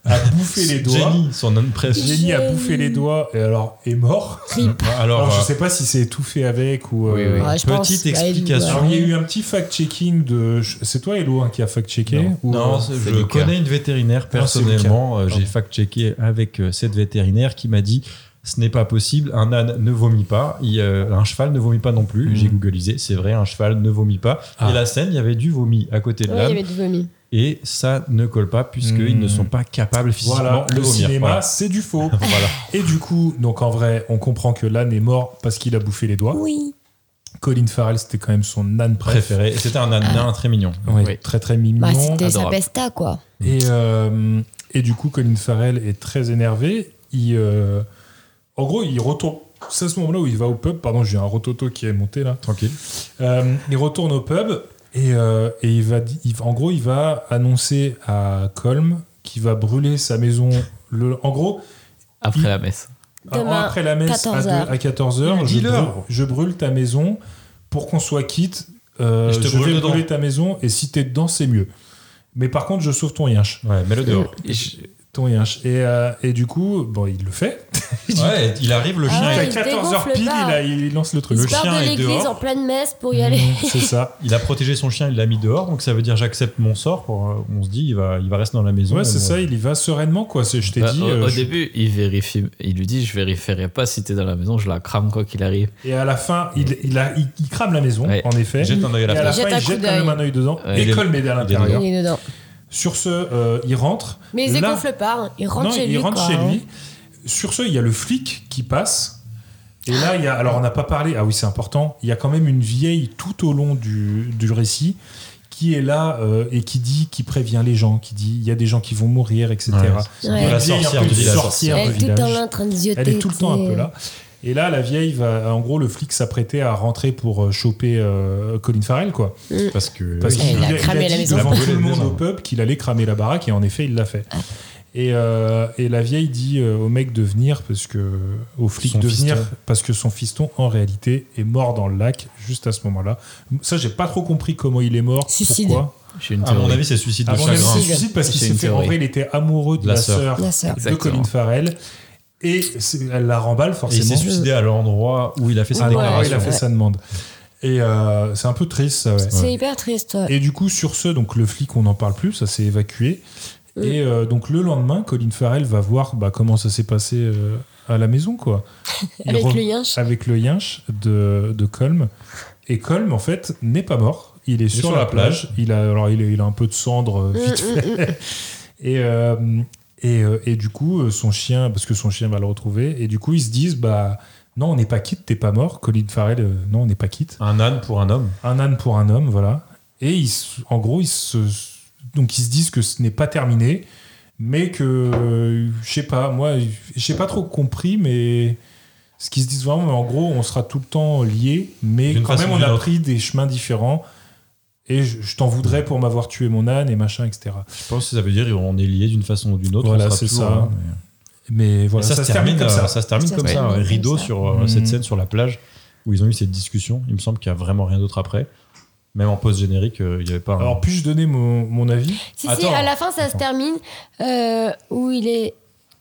a bouffé les doigts. Jenny, son nom presque. Jenny a bouffé les doigts et alors est mort. Alors, Alors, je euh, sais pas si c'est étouffé avec ou. Oui, oui. Ouais, je pense, petite bah, explication. Alors, il y a eu un petit fact-checking de. C'est toi, Hello, hein, qui a fact-checké Non, ou, non, euh, c'est- c'est je Lucas. connais une vétérinaire Ah, c'est personnellement. Lucas. Euh, J'ai Pardon. fact-checké avec euh, cette vétérinaire qui m'a dit ce n'est pas possible, un âne ne vomit pas, il, euh, un cheval ne vomit pas non plus. Mhm. J'ai googlisé, c'est vrai, un cheval ne vomit pas. Ah. Et la scène, il y avait du vomi à côté de Ouais, il y l'âne. avait du vomi. Et ça ne colle pas puisqu'ils Mhm. ne sont pas capables physiquement Voilà, de le vomir. cinéma, Voilà. c'est du faux. Voilà. Et du coup, donc en vrai, on comprend que l'âne est mort parce qu'il a bouffé les doigts. Oui. Colin Farrell, c'était quand même son âne préféré. Préféré. Et c'était un âne nain très mignon. Oui, Oui. très très mignon. Bah, c'était sa adorable. pesta, quoi. Et, euh, et du coup, Colin Farrell est très énervé. Il, euh, en gros, il retourne. C'est à ce moment-là où il va au pub. Pardon, j'ai un rototo qui est monté là. Tranquille. Euh, il retourne au pub et, euh, et il va, di- il- en gros, il va annoncer à Colm qu'il va brûler sa maison. Le, en gros, Après il- la messe. Demain, après la messe à, quatorze heures. deux- à quatorze heures, je, Dis-leur. brûle- je brûle ta maison pour qu'on soit quitte. Euh, Et je te je brûle vais dedans. brûler ta maison et si t'es dedans, c'est mieux. Mais par contre, je sauve ton yinche. Ouais, mets-le dehors. Et je- Ton yinche. Et, euh, et du coup, bon, il le fait. Ouais, il arrive, le Ah chien ouais, à est- il quatorze heures dégonfle pile, pas. il, a- il lance le truc. Le Il sort chien de est l'église dehors. en pleine messe pour y aller. Mmh, c'est ça. Il a protégé son chien, il l'a mis dehors, donc ça veut dire j'accepte mon sort. Pour, euh, on se dit, il va, il va rester dans la maison. Ouais, c'est On- ça, il y va sereinement, quoi. C'est- Je t'ai Bah, dit. au, euh, au je- début, il vérifie, il lui dit je vérifierai pas si t'es dans la maison, je la crame quoi qu'il arrive. Et à la fin, il, il, a, il, il crame la maison, Ouais. en effet. Jette un œil à Et la à la fin. Jette fin, un il coup jette quand d'œil. même un œil dedans. Ouais, et il est- Colm est à il est l'intérieur. Il est dedans. Sur ce, euh, il rentre. Mais il Là- dégonfle pas. hein. Il rentre non, chez il lui. rentre quoi, chez hein. lui. Sur ce, il y a le flic qui passe. Et là, il y a. Alors, on n'a pas parlé. Ah oui, c'est important. Il y a quand même une vieille tout au long du, du récit qui est là euh, et qui dit, qui prévient les gens, qui dit il y a des gens qui vont mourir, et cetera. Ouais. Il y a Ouais. une La vieille, un sorcière peu du une village. sorcière Elle du est tout le village. temps là en train de zioter. Elle est tout le temps un tu sais. peu là. Et là, la vieille va. En gros, le flic s'apprêtait à rentrer pour euh, choper euh, Colin Farrell, quoi. Parce que. Parce oui, qu'il Elle a il cramé a la dit maison. devant Elle a tout le brûlé monde la au maison. pub qu'il allait cramer la baraque, et en effet, il l'a fait. Et, euh, et la vieille dit euh, au mec de venir, parce que, au flic Son de venir, fiston. parce que son fiston, en réalité, est mort dans le lac, juste à ce moment-là. Ça, j'ai pas trop compris comment il est mort. Suicide. Pourquoi. J'ai une À mon théorie. avis, c'est suicide À de mon avis, chagrin. c'est suicide parce qu'il C'est s'est une fait. En théorie. vrai, il était amoureux de La la, sœur. sœur La sœur. de Exactement. Colin Farrell. Et c'est- elle la remballe, Et il forcément. s'est suicidé à l'endroit où il a fait sa Ah, déclaration. ouais, il a fait sa demande. Et euh, c'est un peu triste, ça, ouais. C'est hyper triste. ouais. Et du coup, sur ce, donc le flic, on n'en parle plus, ça s'est évacué. Mm. Et euh, donc le lendemain, Colin Farrell va voir bah, comment ça s'est passé euh, à la maison, quoi. Il Avec re- le yinche. Avec le yinche de, de Colm. Et Colm, en fait, n'est pas mort. Il est sur, sur la la plage. Il a, alors, il, est- il a un peu de cendre euh, vite Mm, fait. Et, euh, et, euh, et du coup, euh, son chien, parce que son chien va le retrouver, et du coup, ils se disent, bah, non, on n'est pas quitte, t'es pas mort. Colin Farrell, euh, non, on n'est pas quitte. Un âne pour un homme. Un âne pour un homme, voilà. Et ils, se- en gros, ils se, donc ils se disent que ce n'est pas terminé, mais que, euh, je sais pas, moi, j'ai pas trop compris, mais ce qu'ils se disent vraiment, mais en gros, on sera tout le temps liés, mais D'une quand façon même, ou on d'une a autre. pris des chemins différents. Et je, je t'en voudrais pour m'avoir tué mon âne et machin, et cetera. Je pense que ça veut dire qu'on est lié d'une façon ou d'une autre. Voilà, on sera c'est toujours ça. là, mais- Mais voilà, Et ça, ça, se termine comme ça. euh, ça se termine Ça comme se ça, termine un rideau comme ça. sur euh, Mhm. cette scène sur la plage où ils ont eu cette discussion. Il me semble qu'il n'y a vraiment rien d'autre après. Même en pause générique, euh, il n'y avait pas. un- Alors, puis-je donner mon, mon avis? Si, si, Attends. à la fin, ça se termine euh, où il est.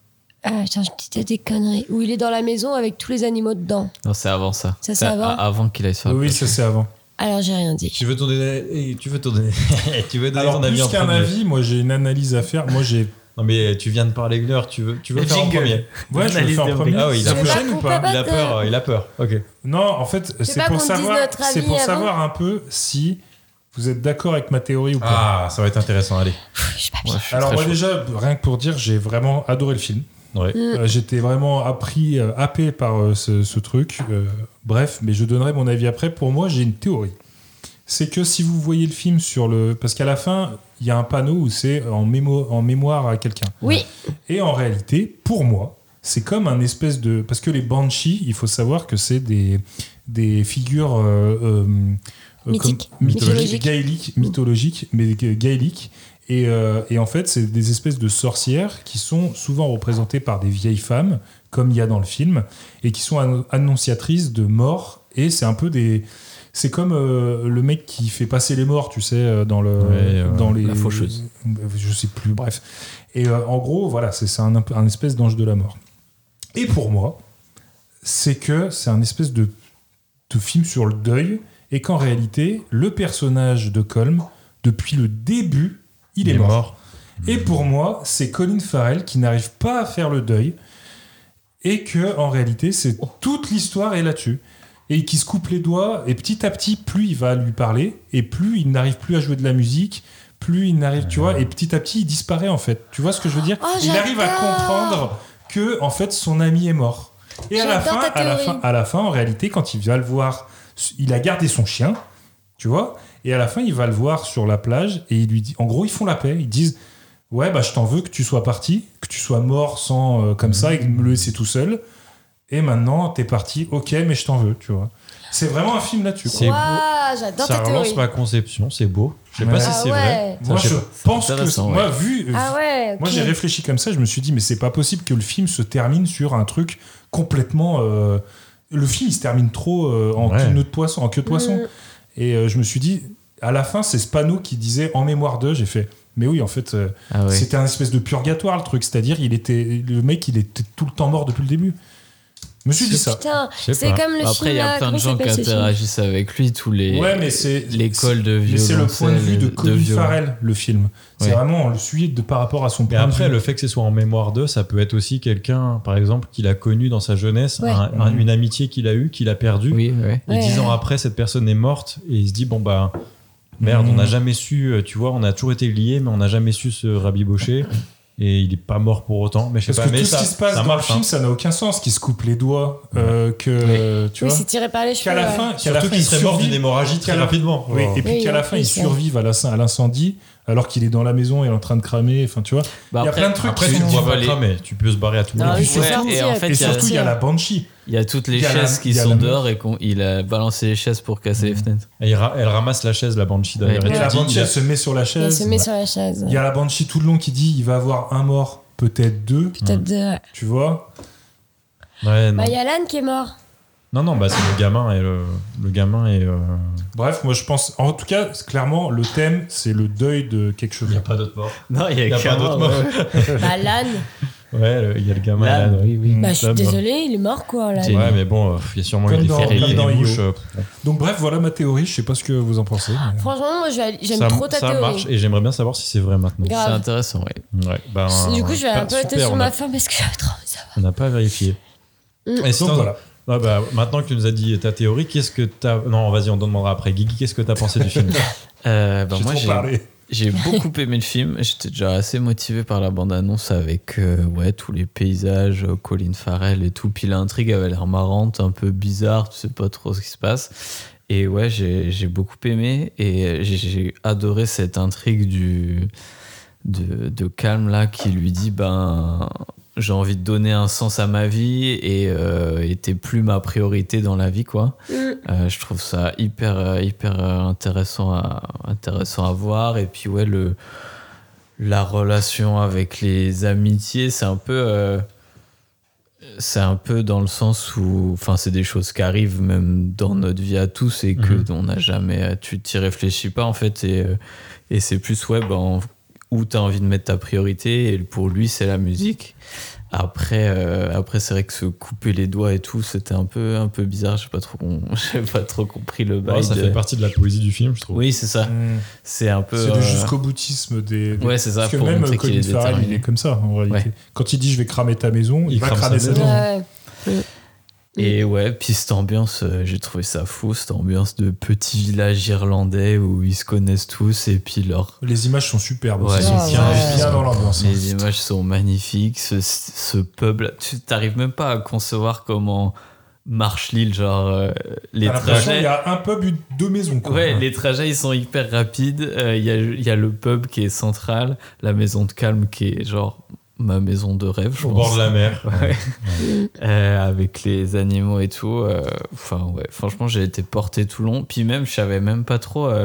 Ah, putain, je disais des conneries. Où il est dans la maison avec tous les animaux dedans. Non, c'est avant ça. Ça, c'est avant a- avant qu'il aille sur la Oui, plage. ça c'est avant. Alors, j'ai rien dit. Tu veux ton donner, eh, tu veux ton donner, tu veux donner Alors, ton avis plus en qu'un premier. avis, moi j'ai une analyse à faire. Moi j'ai. Non mais tu viens de parler une heure, tu veux, tu veux Le faire en jingle. premier. Ouais, je le Analyse fais en de premier. Ah oui, il a Ça Je vous sais gêne pas ou pas? pourquoi Il a peur, euh, il a peur. Ok. Non, en fait, c'est pas pour qu'on dise savoir, notre avis c'est pour avant. savoir un peu si vous êtes d'accord avec ma théorie ou pas. Ah, ça va être intéressant. Allez. Pff, Je sais pas Ouais, bien. je suis Alors très moi chaud. déjà, rien que pour dire, j'ai vraiment adoré le film. Ouais. Euh, J'étais vraiment appris, euh, happé par euh, ce, ce truc. Euh, bref, mais je donnerai mon avis après. Pour moi, j'ai une théorie. C'est que si vous voyez le film sur le... Parce qu'à la fin, il y a un panneau où c'est en, mémo... en mémoire à quelqu'un. Oui. Et en réalité, pour moi, c'est comme un espèce de... Parce que les Banshees, il faut savoir que c'est des, des figures... euh, euh, euh, Mythiques. comme- mythologiques, Mythologiques. gaéliques, mythologiques, mais ga- gaéliques. Et, euh, et en fait, c'est des espèces de sorcières qui sont souvent représentées par des vieilles femmes, comme il y a dans le film, et qui sont anno- annonciatrices de mort. Et c'est un peu des... C'est comme euh, le mec qui fait passer les morts, tu sais, dans le, ouais, euh, dans les, la faucheuse. Je sais plus, bref. Et euh, en gros, voilà, c'est, c'est un, un espèce d'ange de la mort. Et pour moi, c'est que c'est un espèce de, de film sur le deuil, et qu'en réalité, le personnage de Colm, depuis le début, il, il est, est mort. mort. Et pour moi, c'est Colin Farrell qui n'arrive pas à faire le deuil, et que en réalité, c'est toute l'histoire est là-dessus. Et qui se coupe les doigts, et petit à petit, plus il va lui parler, et plus il n'arrive plus à jouer de la musique, plus il n'arrive, tu vois, et petit à petit, il disparaît en fait. Tu vois ce que je veux dire ? Oh, il arrive à comprendre que en fait, son ami est mort. Et à la, fin, à, la fin, à la fin, en réalité, quand il va le voir, il a gardé son chien, tu vois, et à la fin, il va le voir sur la plage, et il lui dit, en gros, ils font la paix, ils disent, ouais, bah, je t'en veux que tu sois parti, que tu sois mort sans, euh, comme mmh. ça, et me le laisser tout seul. Et maintenant, t'es parti, ok, mais je t'en veux, tu vois. C'est vraiment un film là-dessus. C'est wow, beau. J'adore ça ta relance théorie. ma conception, c'est beau. Je sais ouais. pas si ah c'est ouais. vrai. Moi, ça, je, je pense que, ouais. moi, vu, ah ouais, okay. moi, j'ai réfléchi comme ça. Je me suis dit, mais c'est pas possible que le film se termine sur un truc complètement. Euh, le film, il se termine trop euh, en, ouais. queue de poisson, en queue de poisson. Mm. Et euh, je me suis dit, à la fin, c'est Spano qui disait en mémoire d'eux. J'ai fait. Mais oui, en fait, euh, ah ouais. c'était un espèce de purgatoire le truc. C'est-à-dire, il était le mec, il était tout le temps mort depuis le début. Je me suis dit ça. Putain, c'est pas. Comme le Après, il y a plein de gens qui interagissent avec lui, tous les ouais, mais c'est l'école de violon. Mais c'est le point de vue de Colin Farrell, le film. C'est ouais. vraiment on le suit de par rapport à son point de vue. Et après, le fait que ce soit en mémoire d'eux, ça peut être aussi quelqu'un, par exemple, qu'il a connu dans sa jeunesse, ouais. un, un, une amitié qu'il a eue, qu'il a perdue. Oui, ouais. Et dix ouais. ans après, cette personne est morte, et il se dit bon bah. Merde, mmh. on n'a jamais su, tu vois, on a toujours été liés, mais on n'a jamais su se rabibocher. Et il est pas mort pour autant. Mais je sais Parce pas, que mais tout ça, ce qui se passe ça dans marche, le film, hein. ça n'a aucun sens. Qu'il se coupe les doigts, euh, que oui. tu oui, vois. c'est tiré par les cheveux. Qu'à la ouais. fin, qu'à surtout la fin, qu'il serait mort d'une hémorragie très la... rapidement. Oui, et puis oui, qu'à la fin, il survive à l'incendie, alors qu'il est dans la maison et en train de cramer. Enfin, tu vois. Bah il y a après, plein de trucs. Après, tu ne vois pas cramer. Tu peux se barrer à tout moment. Et surtout, il y a la Banshee. Il y a toutes les chaises qui sont dehors et il a balancé les chaises pour casser les fenêtres. Et elle ramasse la chaise, la Banshee d'ailleurs. Et la Banshee, elle se met sur la chaise. Elle se met sur la chaise. Il y a la Banshee tout le long qui dit il va avoir un mort. Peut-être deux. Peut-être deux, ouais. Tu vois ouais, bah, il y a l'âne qui est mort. Non, non, bah, c'est le gamin et le, le gamin et. Euh... Bref, moi je pense. En tout cas, clairement, le thème, c'est le deuil de quelque chose. Il n'y a pas d'autre mort. Non, il n'y a, a pas d'autre mort. Ouais. bah, l'âne. Ouais, il y a le gamin l'âne, l'âne. Oui, oui. Bah, je suis désolé, il est mort, quoi. L'âne. Ouais, mais bon, il y a sûrement comme eu des dans, ferries, dans des bouches. Euh, Donc, bref, voilà ma théorie. Je sais pas ce que vous en pensez. Mais... Franchement, moi, j'aime ça, trop ta ça théorie. Ça marche et j'aimerais bien savoir si c'est vrai maintenant. Grave. C'est intéressant, oui. Ouais, ben, du coup, je vais un peu être sur a... ma femme parce que j'ai trop envie de savoir. On n'a pas vérifié. Mm. Et donc, voilà. Ah bah, maintenant que tu nous as dit ta théorie, qu'est-ce que t'as. Non, vas-y, on te demandera après. Guigui, qu'est-ce que t'as pensé du film euh, bah, j'ai Moi, trop j'ai, parlé. j'ai beaucoup aimé le film. J'étais déjà assez motivé par la bande-annonce avec euh, ouais, tous les paysages, euh, Colin Farrell et tout. Puis l'intrigue avait l'air marrante, un peu bizarre, tu sais pas trop ce qui se passe. Et ouais, j'ai, j'ai beaucoup aimé et j'ai, j'ai adoré cette intrigue du, de, de Calm là qui lui dit ben. J'ai envie de donner un sens à ma vie et euh, et t'es plus ma priorité dans la vie, quoi. Mm. Euh, je trouve ça hyper hyper intéressant à intéressant à voir. Et puis ouais, le la relation avec les amitiés, c'est un peu euh, c'est un peu dans le sens où, enfin, c'est des choses qui arrivent même dans notre vie à tous et que mm-hmm. on n'a jamais, tu t'y réfléchis pas en fait et et c'est plus ouais ben où t'as envie de mettre ta priorité et pour lui c'est la musique. Après, euh, après c'est vrai que se couper les doigts et tout, c'était un peu, un peu bizarre. J'ai pas trop, j'ai pas trop compris le bail. Ouais, ça de... fait partie de la poésie du film, je trouve. Oui, c'est ça. Mmh. C'est un peu. C'est euh... le jusqu'au boutisme des. Ouais, c'est ça. Parce que pour même Colin Farrell, il est comme ça en réalité. Ouais. Quand il dit je vais cramer ta maison, il, il va cramer sa maison. Ouais. Et ouais, puis cette ambiance, euh, j'ai trouvé ça fou, cette ambiance de petit village irlandais où ils se connaissent tous et puis leur... Les images sont superbes. Ouais, aussi. les, bien, images, bien dans l'ambiance. Les images sont magnifiques, ce, ce pub, tu t'arrives même pas à concevoir comment marche l'île, genre euh, les trajets... Il y a un pub, deux maisons. Quoi. Ouais, les trajets ils sont hyper rapides, il euh, y, a, y a le pub qui est central, la maison de Calm qui est genre... ma maison de rêve, je au pense. bord de la mer, ouais. Ouais. Euh, avec les animaux et tout. Enfin euh, ouais, franchement j'ai été porté tout long. Puis même je savais même pas trop, euh,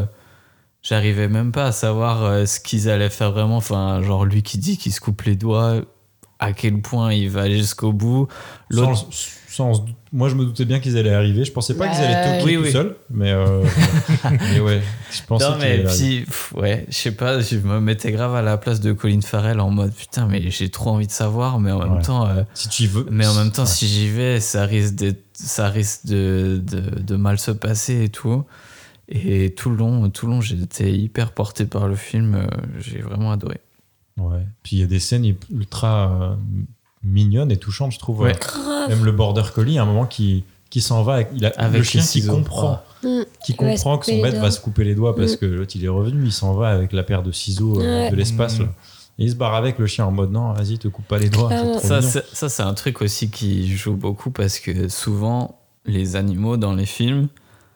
j'arrivais même pas à savoir euh, ce qu'ils allaient faire vraiment. Enfin genre lui qui dit qu'il se coupe les doigts à quel point il va aller jusqu'au bout. L'autre... Sans, sans, moi, je me doutais bien qu'ils allaient arriver. Je pensais pas qu'ils allaient toquer oui, tout oui. seuls, mais, euh, mais ouais, je pensais non, qu'ils mais allaient puis, arriver. pff, ouais, je sais pas, je me mettais grave à la place de Colin Farrell en mode putain, mais j'ai trop envie de savoir, mais en même Ouais. temps, euh, Si tu y veux, mais en même temps, ouais. si j'y vais, ça risque d'être, ça risque de, de, de mal se passer et tout. Et tout le long, tout le long, j'étais hyper porté par le film. euh, J'ai vraiment adoré. Ouais. Puis il y a des scènes ultra euh, mignonnes et touchantes, je trouve. Ouais. Euh, Même le border collie, à un moment qui qui s'en va, avec, il a, Avec le chien les qui ciseaux. comprend, Mm. qui Il va comprend se que couper son les maître doigts. va se couper les doigts parce Mm. que l'autre il est revenu, il s'en va avec la paire de ciseaux euh, Ouais. de l'espace. Mm. Là. Et il se barre avec le chien en mode non, vas-y, te coupe pas les doigts. Clairement. C'est trop Ça, mignon. c'est, ça, c'est un truc aussi qui joue beaucoup parce que souvent, les animaux dans les films,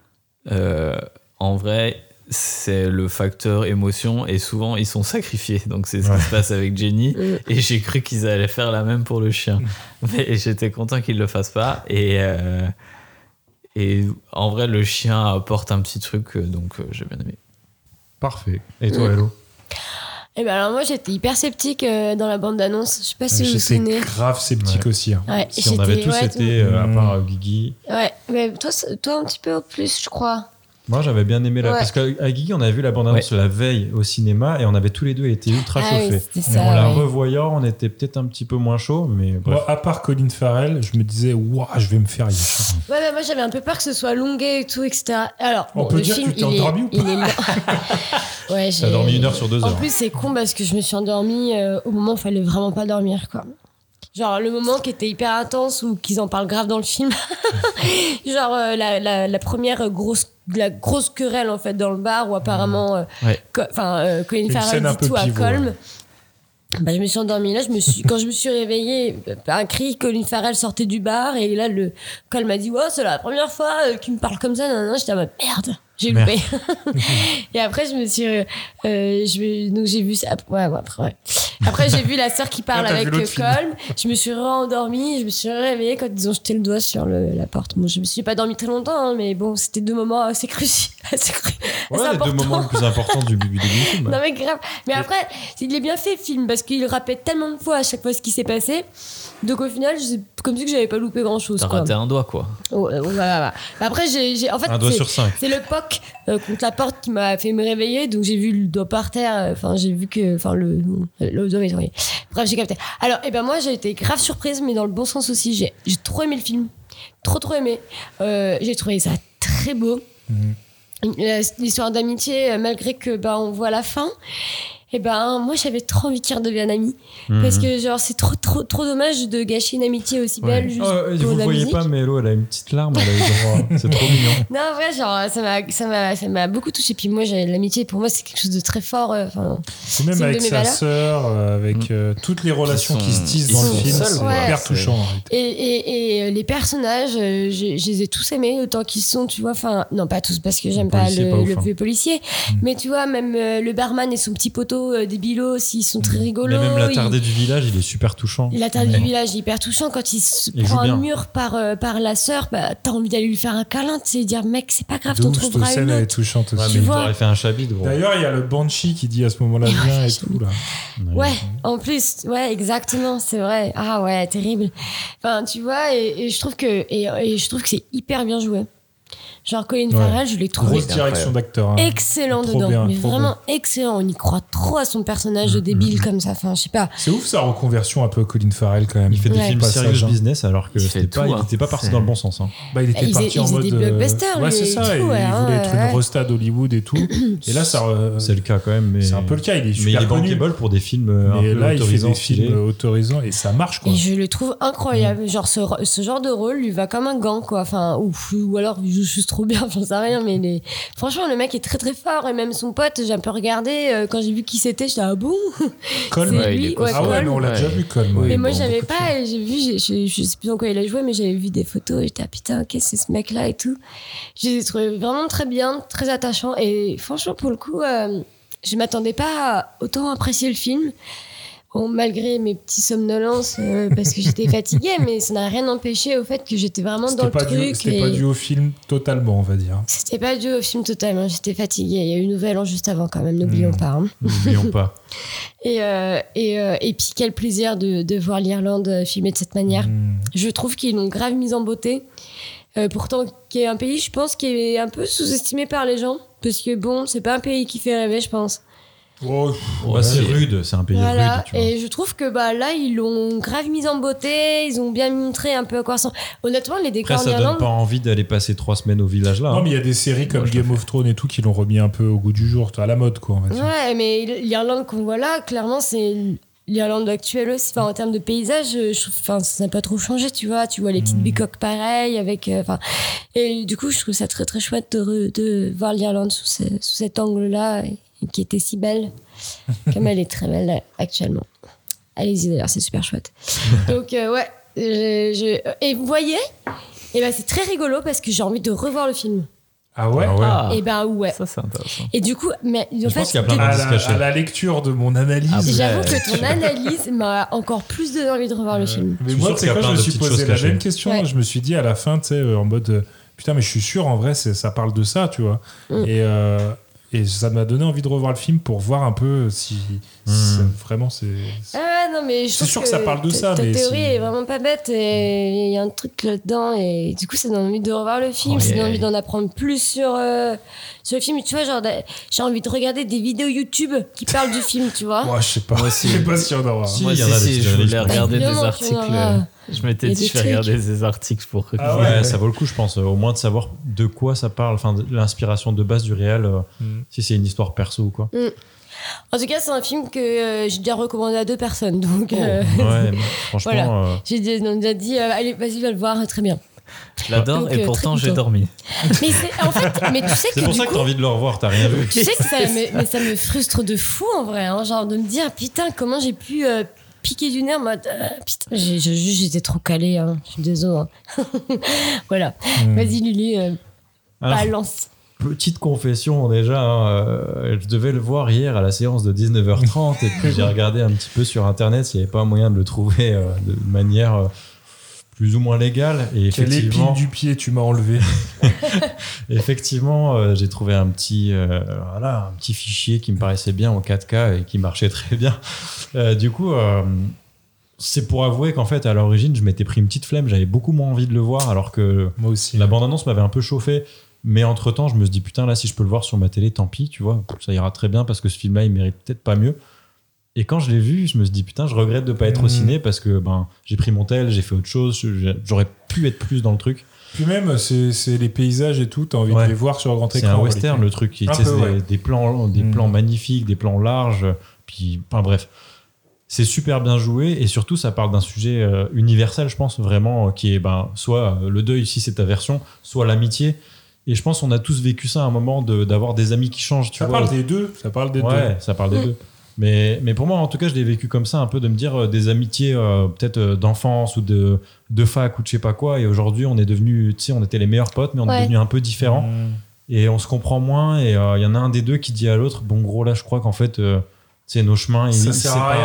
euh, en vrai, c'est le facteur émotion et souvent ils sont sacrifiés. Donc c'est ce Ouais. qui se passe avec Jenny. Mm. Et j'ai cru qu'ils allaient faire la même pour le chien. Mais j'étais content qu'ils le fassent pas. Et, euh, et en vrai, le chien apporte un petit truc, euh, donc euh, j'ai bien aimé. Parfait. Et toi, Hello? Et ben alors moi j'étais hyper sceptique euh, dans la bande d'annonce. Je sais pas si vous vous J'étais souvenez. grave sceptique Ouais. aussi. hein. Ouais, Si on avait j'étais- tous ouais, été, euh, à Mm. part euh, Guigui. Ouais, mais toi, c'est- toi un petit peu plus, je crois. Moi, j'avais bien aimé la. Ouais. Parce qu'à Guigui, on avait vu la bande-annonce la veille au cinéma et on avait tous les deux été ultra Ah oui, chauffés. c'était Et ça, en la ouais. revoyant, on était peut-être un petit peu moins chaud, mais bref. Moi, à part Colin Farrell, je me disais, waouh, je vais me faire yécher. Ouais, mais moi j'avais un peu peur que ce soit longué et tout, et cetera. Alors, On bon, peut le dire film, que tu t'es il est, endormi ou pas il est long. Ouais, T'as j'ai- dormi une heure sur deux En heures. plus, c'est con parce que je me suis endormie euh, au moment où il fallait vraiment pas dormir, quoi. Genre le moment qui était hyper intense ou qu'ils en parlent grave dans le film. Genre euh, la, la, la première grosse la grosse querelle en fait dans le bar où apparemment euh, Ouais. co- enfin euh, Colin Une Farrell scène un dit peu tout à pivot, Colm. ouais. Bah, je me suis endormie là, je me suis quand je me suis réveillée, un cri, Colin Farrell sortait du bar et là le Colm m'a dit ouais, c'est la première fois euh, qu'il me parle comme ça. Non non, j'étais en mode merde. J'ai Merde. loupé. Et après, je me suis. Euh, je, donc, j'ai vu ça. Ouais, ouais, après, ouais. Après, j'ai vu la sœur qui parle Ah, t'as avec vu l'autre film. Colm. Je me suis re-endormie. Je me suis réveillée quand ils ont jeté le doigt sur le, la porte. Bon, je me suis pas dormie très longtemps, hein, mais bon, c'était deux moments assez cruciaux. Assez cru, Ouais, assez les deux importants. moments les plus importants du début du film. Non, mais grave. Mais après, il est bien fait, le film, parce qu'il répète tellement de fois à chaque fois ce qui s'est passé. Donc, au final, c'est comme si que j'avais pas loupé grand chose. T'as quoi. raté un doigt, quoi. Oh, euh, voilà, voilà. Après, j'ai, j'ai- en fait, Un doigt c'est- sur cinq. c'est le P O C euh, contre la porte qui m'a fait me réveiller, donc j'ai vu le doigt par terre. euh, Enfin, j'ai vu que, enfin, le, le doigt m'est tombé. Bref, j'ai capté. Alors, et ben moi, j'ai été grave surprise, mais dans le bon sens aussi. J'ai, j'ai trop aimé le film, trop trop aimé. Euh, j'ai trouvé ça très beau. La- L'histoire d'amitié, euh, malgré que ben on voit la fin. Et ben moi j'avais trop envie qu'ils redeviennent amis Mhm. parce que genre c'est trop trop trop dommage de gâcher une amitié aussi belle juste Oh, pour vous de le la voyez musique. pas, mais Hello, elle a une petite larme. Elle a eu droit. C'est trop mignon. Non, en vrai, genre, ça m'a, ça m'a, ça m'a beaucoup touché. Puis moi, j'ai, l'amitié, pour moi, c'est quelque chose de très fort. euh, Enfin, C'est même c'est une avec de mes sa valeurs. sœur, euh, avec euh, toutes les relations sont- qui se tissent ils dans le sont film, seuls, c'est quoi. hyper Ouais. touchant. en réalité. Et, et, et euh, les personnages, euh, je, je les ai tous aimés, autant qu'ils sont, tu vois. Enfin, non, pas tous, parce que j'aime Le pas policier, le, pas ouf, le hein. vieux policier. Mais tu vois, même euh, le barman et son petit poteau euh, des bilos, ils sont très rigolos. Mais même ils- l'attardé du village, il est super touchant. La taille Ouais. du village est hyper touchant. Quand il se Il prend joue un bien. mur par, euh, par la sœur, bah, t'as envie d'aller lui faire un câlin, tu sais, dire, mec, c'est pas grave, t'en D'où cette trouveras scène, une elle est autre. touchante Ouais, aussi. mais il vois. t'aurait fait un chabit, gros. D'ailleurs, il y a le Banshee qui dit à ce moment-là, Et viens ouais, et j'ai- tout. Là. Ouais, en plus, ouais, exactement, c'est vrai. Ah ouais, terrible. Enfin, tu vois, et, et je trouve que et, et je trouve que c'est hyper bien joué. Genre Colin Ouais. Farrell, je l'ai trouvé Grosse direction d'acteur. hein. excellent Trop dedans, bien, mais trop vraiment excellent. On y croit trop à son personnage de débile comme ça. Enfin, je sais pas. C'est ouf sa reconversion un peu Colin Farrell quand même. Il fait des Ouais. films Passage, serious hein. business alors que Il c'était fait pas, tout, il hein. était pas parti C'est- dans le bon sens. Hein. Bah, il était Il faisait- parti il en faisait mode. des euh, blockbusters, Ouais, lui, c'est et ça. tout, et il ouais, voulait ouais, être ouais. une resta d'Hollywood et tout. Et là, ça. euh, C'est le cas quand même, mais C'est un peu le cas. Il est mais il super est connu. bankable pour des films euh, un Mais peu là, il fait autorisants, des films stylés. autorisants et ça marche quoi. Et je le trouve incroyable. Genre, ce, ce genre de rôle lui va comme un gant, quoi. Enfin, ou, ou alors il joue juste trop bien, j'en sais rien. Mais les... franchement, le mec est très très fort. Et même son pote, j'ai un peu regardé. euh, quand j'ai vu qui c'était, j'étais ah bon Colm, C'est Ouais, il lui, est ouais, Ah ouais, Colm. mais on l'a Ouais. déjà vu Colm. Oui, Mais moi, bon, j'avais beaucoup de pas, et j'ai vu, j'ai- je, je sais plus dans quoi il a joué, mais j'avais vu des photos et j'étais, ah putain, ok, c'est ce mec-là et tout. J'ai trouvé vraiment très bien, très attachant. Et franchement, pour le coup, euh, je m'attendais pas à autant apprécier le film. Bon, malgré mes petits somnolences, euh, parce que j'étais fatiguée, mais ça n'a rien empêché au fait que j'étais vraiment C'était dans le pas truc. dû, C'était et... pas dû au film totalement, on va dire. C'était pas dû au film totalement, j'étais fatiguée. Il y a eu Nouvel An juste avant quand même, n'oublions mmh. pas. Hein. N'oublions pas. Et, euh, et, euh, et puis quel plaisir de, de voir l'Irlande filmée de cette manière. Mmh. Je trouve qu'ils l'ont grave mise en beauté. Euh, pourtant, qui est un pays, je pense, qui est un peu sous-estimé par les gens. Parce que bon, c'est pas un pays qui fait rêver, je pense. Oh, ouais, ouais, c'est rude, c'est un pays voilà. rude. Tu vois. Et je trouve que bah, là, ils l'ont grave mise en beauté, ils ont bien montré un peu à quoi ça. Honnêtement, les décors Après, ça en Irlande. donne pas envie d'aller passer trois semaines au village là. Non, hein. mais il y a des séries comme Moi, Game of Thrones et tout qui l'ont remis un peu au goût du jour, à la mode, quoi, on va dire. Ouais, mais l'Irlande qu'on voit là, clairement, c'est l'Irlande actuelle aussi. Enfin, en termes de paysage, je trouve, enfin, ça n'a pas trop changé, tu vois. Tu vois les petites mmh. bicoques pareilles, avec. Enfin, euh, et du coup, je trouve ça très très chouette de, re, de voir l'Irlande sous, ce, sous cet angle-là, et, et qui était si belle. Comme elle est très belle actuellement. Allez-y d'ailleurs, c'est super chouette. Donc euh, ouais, je, je... et vous voyez, et ben c'est très rigolo parce que j'ai envie de revoir le film. Ah ouais, ah ouais. Et ben ouais. Ça c'est intéressant. Et du coup, mais en je fait, pense qu'il y a plein d'indices cachés. À la lecture de mon analyse, ah, j'avoue que ton analyse m'a encore plus donné envie de revoir le film. Mais moi, c'est quand je me suis posé la même question. Ouais. Je me suis dit à la fin, tu sais, en mode putain, mais je suis sûr, en vrai, c'est, ça parle de ça, tu vois. Mm. Et euh, Et ça m'a donné envie de revoir le film pour voir un peu si, si mmh. vraiment c'est. c'est... Ah non, mais je c'est sûr que, que ça parle de ta, ça. Ta mais théorie si... est vraiment pas bête et il y a un truc là-dedans et du coup ça donne envie de revoir le film, oh, ça donne envie d'en apprendre plus sur, euh, sur le film. Tu vois, genre j'ai envie de regarder des vidéos YouTube qui parlent du film, tu vois. Moi je sais pas. Moi aussi. Je sais pas si on aura. Si, Moi si, si, si je voulais regarder des articles. Je m'étais dit je vais regarder des articles pour. Ah ouais, ouais, ça vaut le coup, je pense, au moins de savoir de quoi ça parle, enfin l'inspiration de base du réel, mm. si c'est une histoire perso ou quoi. Mm. En tout cas, c'est un film que euh, j'ai déjà recommandé à deux personnes. Donc, oh. euh, ouais, franchement. voilà. Euh... J'ai déjà dit, euh, allez, vas-y, va le voir, très bien. Je l'adore donc, et euh, pourtant j'ai dormi. Mais c'est, en fait, mais tu sais c'est que pour du ça coup, que t'as envie de le revoir, t'as rien vu. Tu sais que ça me, mais ça me frustre de fou en vrai, hein, genre de me dire putain comment j'ai pu euh, piquer du nez en mode euh, putain, j'ai, j'ai, j'étais trop calée, hein, je suis désolée. Hein. Voilà, mmh. Vas-y Lulu, euh, Alors, balance. Petite confession déjà, hein, euh, je devais le voir hier à la séance de dix-neuf heures trente et puis j'ai regardé un petit peu sur internet s'il n'y avait pas moyen de le trouver euh, de manière euh, plus ou moins légale. Et effectivement, l'épine du pied tu m'as enlevé. Effectivement, euh, j'ai trouvé un petit, euh, voilà, un petit fichier qui me paraissait bien en quatre K et qui marchait très bien. Euh, du coup, euh, c'est pour avouer qu'en fait à l'origine je m'étais pris une petite flemme, j'avais beaucoup moins envie de le voir alors que moi aussi, la bande-annonce m'avait un peu chauffé. Mais entre temps, je me suis dit, putain, là, si je peux le voir sur ma télé, tant pis, tu vois, ça ira très bien parce que ce film-là, il mérite peut-être pas mieux. Et quand je l'ai vu, je me suis dit, putain, je regrette de pas être mmh. au ciné parce que ben, j'ai pris mon tel, j'ai fait autre chose, j'aurais pu être plus dans le truc. Puis même, c'est, c'est les paysages et tout, t'as envie ouais. de les voir sur le grand écran. C'est un western, le truc. Tu sais, c'est ouais. des, des, plans, des mmh. plans magnifiques, des plans larges, puis, enfin bref. C'est super bien joué et surtout, ça parle d'un sujet euh, universel, je pense, vraiment, euh, qui est ben, soit euh, le deuil, si c'est ta version, soit l'amitié. Et je pense qu'on a tous vécu ça à un moment de, d'avoir des amis qui changent. Tu ça vois. parle des deux. Ça parle des ouais, deux. Ouais, ça parle des mmh. deux. Mais, mais pour moi, en tout cas, je l'ai vécu comme ça, un peu de me dire euh, des amitiés euh, peut-être euh, d'enfance ou de, de fac ou de je sais pas quoi. Et aujourd'hui, on est devenus, tu sais, on était les meilleurs potes, mais on ouais. est devenus un peu différents. Mmh. Et on se comprend moins. Et il euh, y en a un des deux qui dit à l'autre, bon, gros, là, je crois qu'en fait, euh, c'est nos chemins, ils se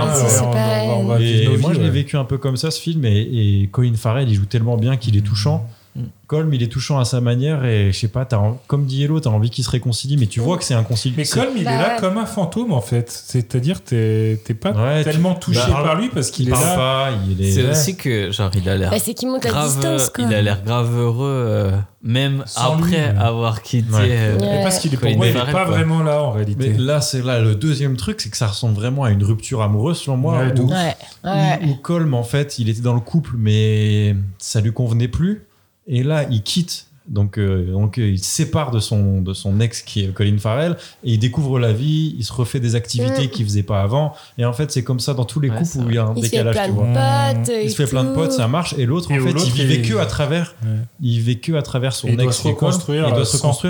séparent. Et moi, je l'ai vécu un peu comme ça, ce film. Et, et Colin Farrell, il joue tellement bien qu'il est touchant. Colm, il est touchant à sa manière et je sais pas, t'as, comme dit Hello, t'as envie qu'il se réconcilie, mais tu vois que c'est inconciliable. Mais Colm, il bah est là ouais. comme un fantôme en fait. C'est-à-dire, t'es, t'es pas ouais, tellement tu... touché bah, par lui parce qu'il est là. Pas, il est... C'est ouais. aussi que, genre, il a l'air. Bah, c'est qu'il monte grave, la distance, quoi. Il a l'air grave heureux, euh, même sans après lui, ouais. avoir quitté. Ouais. Euh, ouais. Parce qu'il est pour moi, il est pas vraiment là en réalité. Mais là, c'est là le deuxième truc, c'est que ça ressemble vraiment à une rupture amoureuse, selon moi. Ouais, où, ouais. Ouais. où, où Colm, en fait, il était dans le couple, mais ça lui convenait plus. Et là, il quitte, donc, euh, donc euh, il se sépare de son, de son ex qui est Colin Farrell, et il découvre la vie, il se refait des activités mmh. qu'il faisait pas avant. Et en fait, c'est comme ça dans tous les ouais, couples où il y a un il décalage, tu vois. Potes il se fait plein de potes, ça marche. Et l'autre, et en fait, l'autre, il vivait il... que à travers, ouais. il vivait que à travers son et ex. Il doit se reconstruire. Il doit se reconstruire.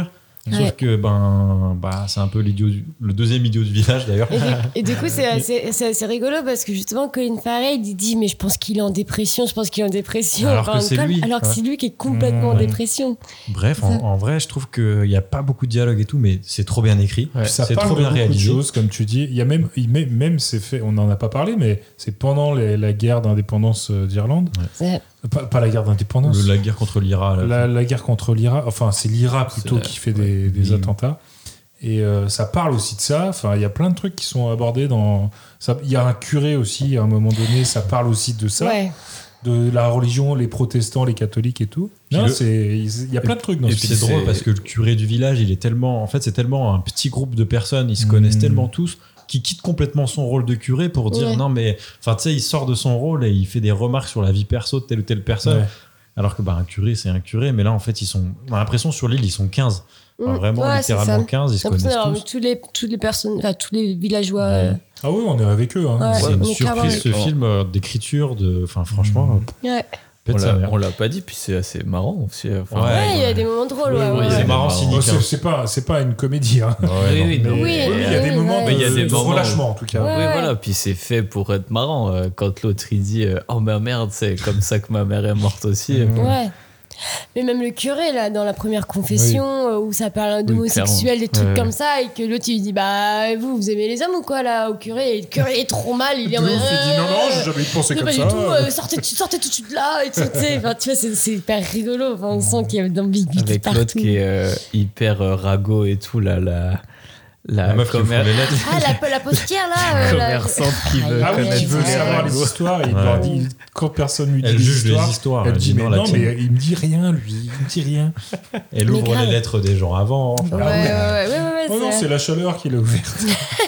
Sauf Ouais. que ben, bah, c'est un peu l'idiot du- le deuxième idiot du village d'ailleurs. Et du, et du coup, c'est assez, c'est assez rigolo parce que justement, Colin Farrell, il dit mais je pense qu'il est en dépression, je pense qu'il est en dépression. Alors que Enfin, c'est comme- lui. alors que Ouais. c'est lui qui est complètement en Ouais. dépression. Bref, en, en vrai, je trouve qu'il n'y a pas beaucoup de dialogue et tout, mais c'est trop bien écrit. Puis ça c'est parle trop de bien beaucoup réalisé. de choses, comme tu dis. Il y a même, il met- même c'est fait, on n'en a pas parlé, mais c'est pendant les- la guerre d'indépendance euh, d'Irlande. C'est- Pas, pas la guerre d'indépendance. Le- la guerre contre l'I R A. là. La, la guerre contre l'I R A. Enfin, c'est l'I R A plutôt C'est- qui fait des, des Oui. attentats. Et euh, ça parle aussi de ça. Enfin, il y a plein de trucs qui sont abordés dans. ça- Il y a un curé aussi, à un moment donné, ça parle aussi de ça. Ouais. De la religion, les protestants, les catholiques et tout. Puis Non, le- c'est, il y a plein de trucs dans Et ce puis film. c'est drôle c'est- parce que le curé du village, il est tellement, en fait, c'est tellement un petit groupe de personnes, ils se connaissent Mm. tellement tous, qu'il quitte complètement son rôle de curé pour dire Ouais. non mais, enfin tu sais, il sort de son rôle et il fait des remarques sur la vie perso de telle ou telle personne. Ouais. Alors que bah un curé, c'est un curé, mais là en fait ils sont, on a l'impression sur l'île ils sont quinze, Enfin, Mm. vraiment Ouais, c'est littéralement ça. quinze, ils se J'ai l'impression connaissent d'avoir tous. tous les, toutes les personnes, enfin tous les villageois. Ouais. euh, Ah oui, on est avec eux. Hein. Ouais. C'est une on est surprise ce carrément- film euh, d'écriture, de, enfin franchement, Ouais. On pète sa l'a, mère. on l'a pas dit, puis c'est assez marrant aussi. Enfin, Ouais. Ouais, il y a des moments drôles. Ouais, ouais, ouais, ouais. c'est ouais. marrant, marrant. cynique. Oh, c'est, hein. c'est pas, c'est pas une comédie. Hein. Ouais, Oui, non. oui, non, Oui, mais- Oui, mais il y a des ouais, moments ouais. de, Mais il y a des de moments- relâchement en tout cas. Ouais. Oui, voilà, puis c'est fait pour être marrant. euh, Quand l'autre il dit euh, oh ma merde, c'est comme ça que ma mère est morte aussi. Mhm. Ouais. Mais même le curé, là, dans la première confession, euh, où ça parle d'homosexuel, des trucs Ouais. comme ça, et que l'autre, il lui dit bah, vous, vous aimez les hommes ou quoi, là, au curé? Et le curé est trop mal, il est De en mode. ouf, il dit non, non, j'ai euh, jamais pensé c'est comme pas ça. du tout, euh, sortez, sortez tout de suite là, et tout, tu sais. Enfin, tu vois, c'est c'est hyper rigolo. Enfin, on sent qu'il y a de l'ambiguïté Avec partout. l'autre qui est euh, hyper euh, ragot et tout, là, la, la, La meuf qui commer- ouvre les lettres. Ah, la, la postière, là. euh, la- commerçante qui veut Ah oui, connaître qui veut tous les savoir les ragots. histoires. Et il Ouais. leur dit, quand personne lui dit Elle les juge les histoires, histoires. elle elle dit mais non, la non, tienne. mais il me dit rien, lui. Il me dit rien. Elle Mais ouvre grave. les lettres des gens avant. Ouais, Enfin, ouais, ouais, ouais, ouais, ouais, Oh non, c'est la chaleur qui l'a ouverte.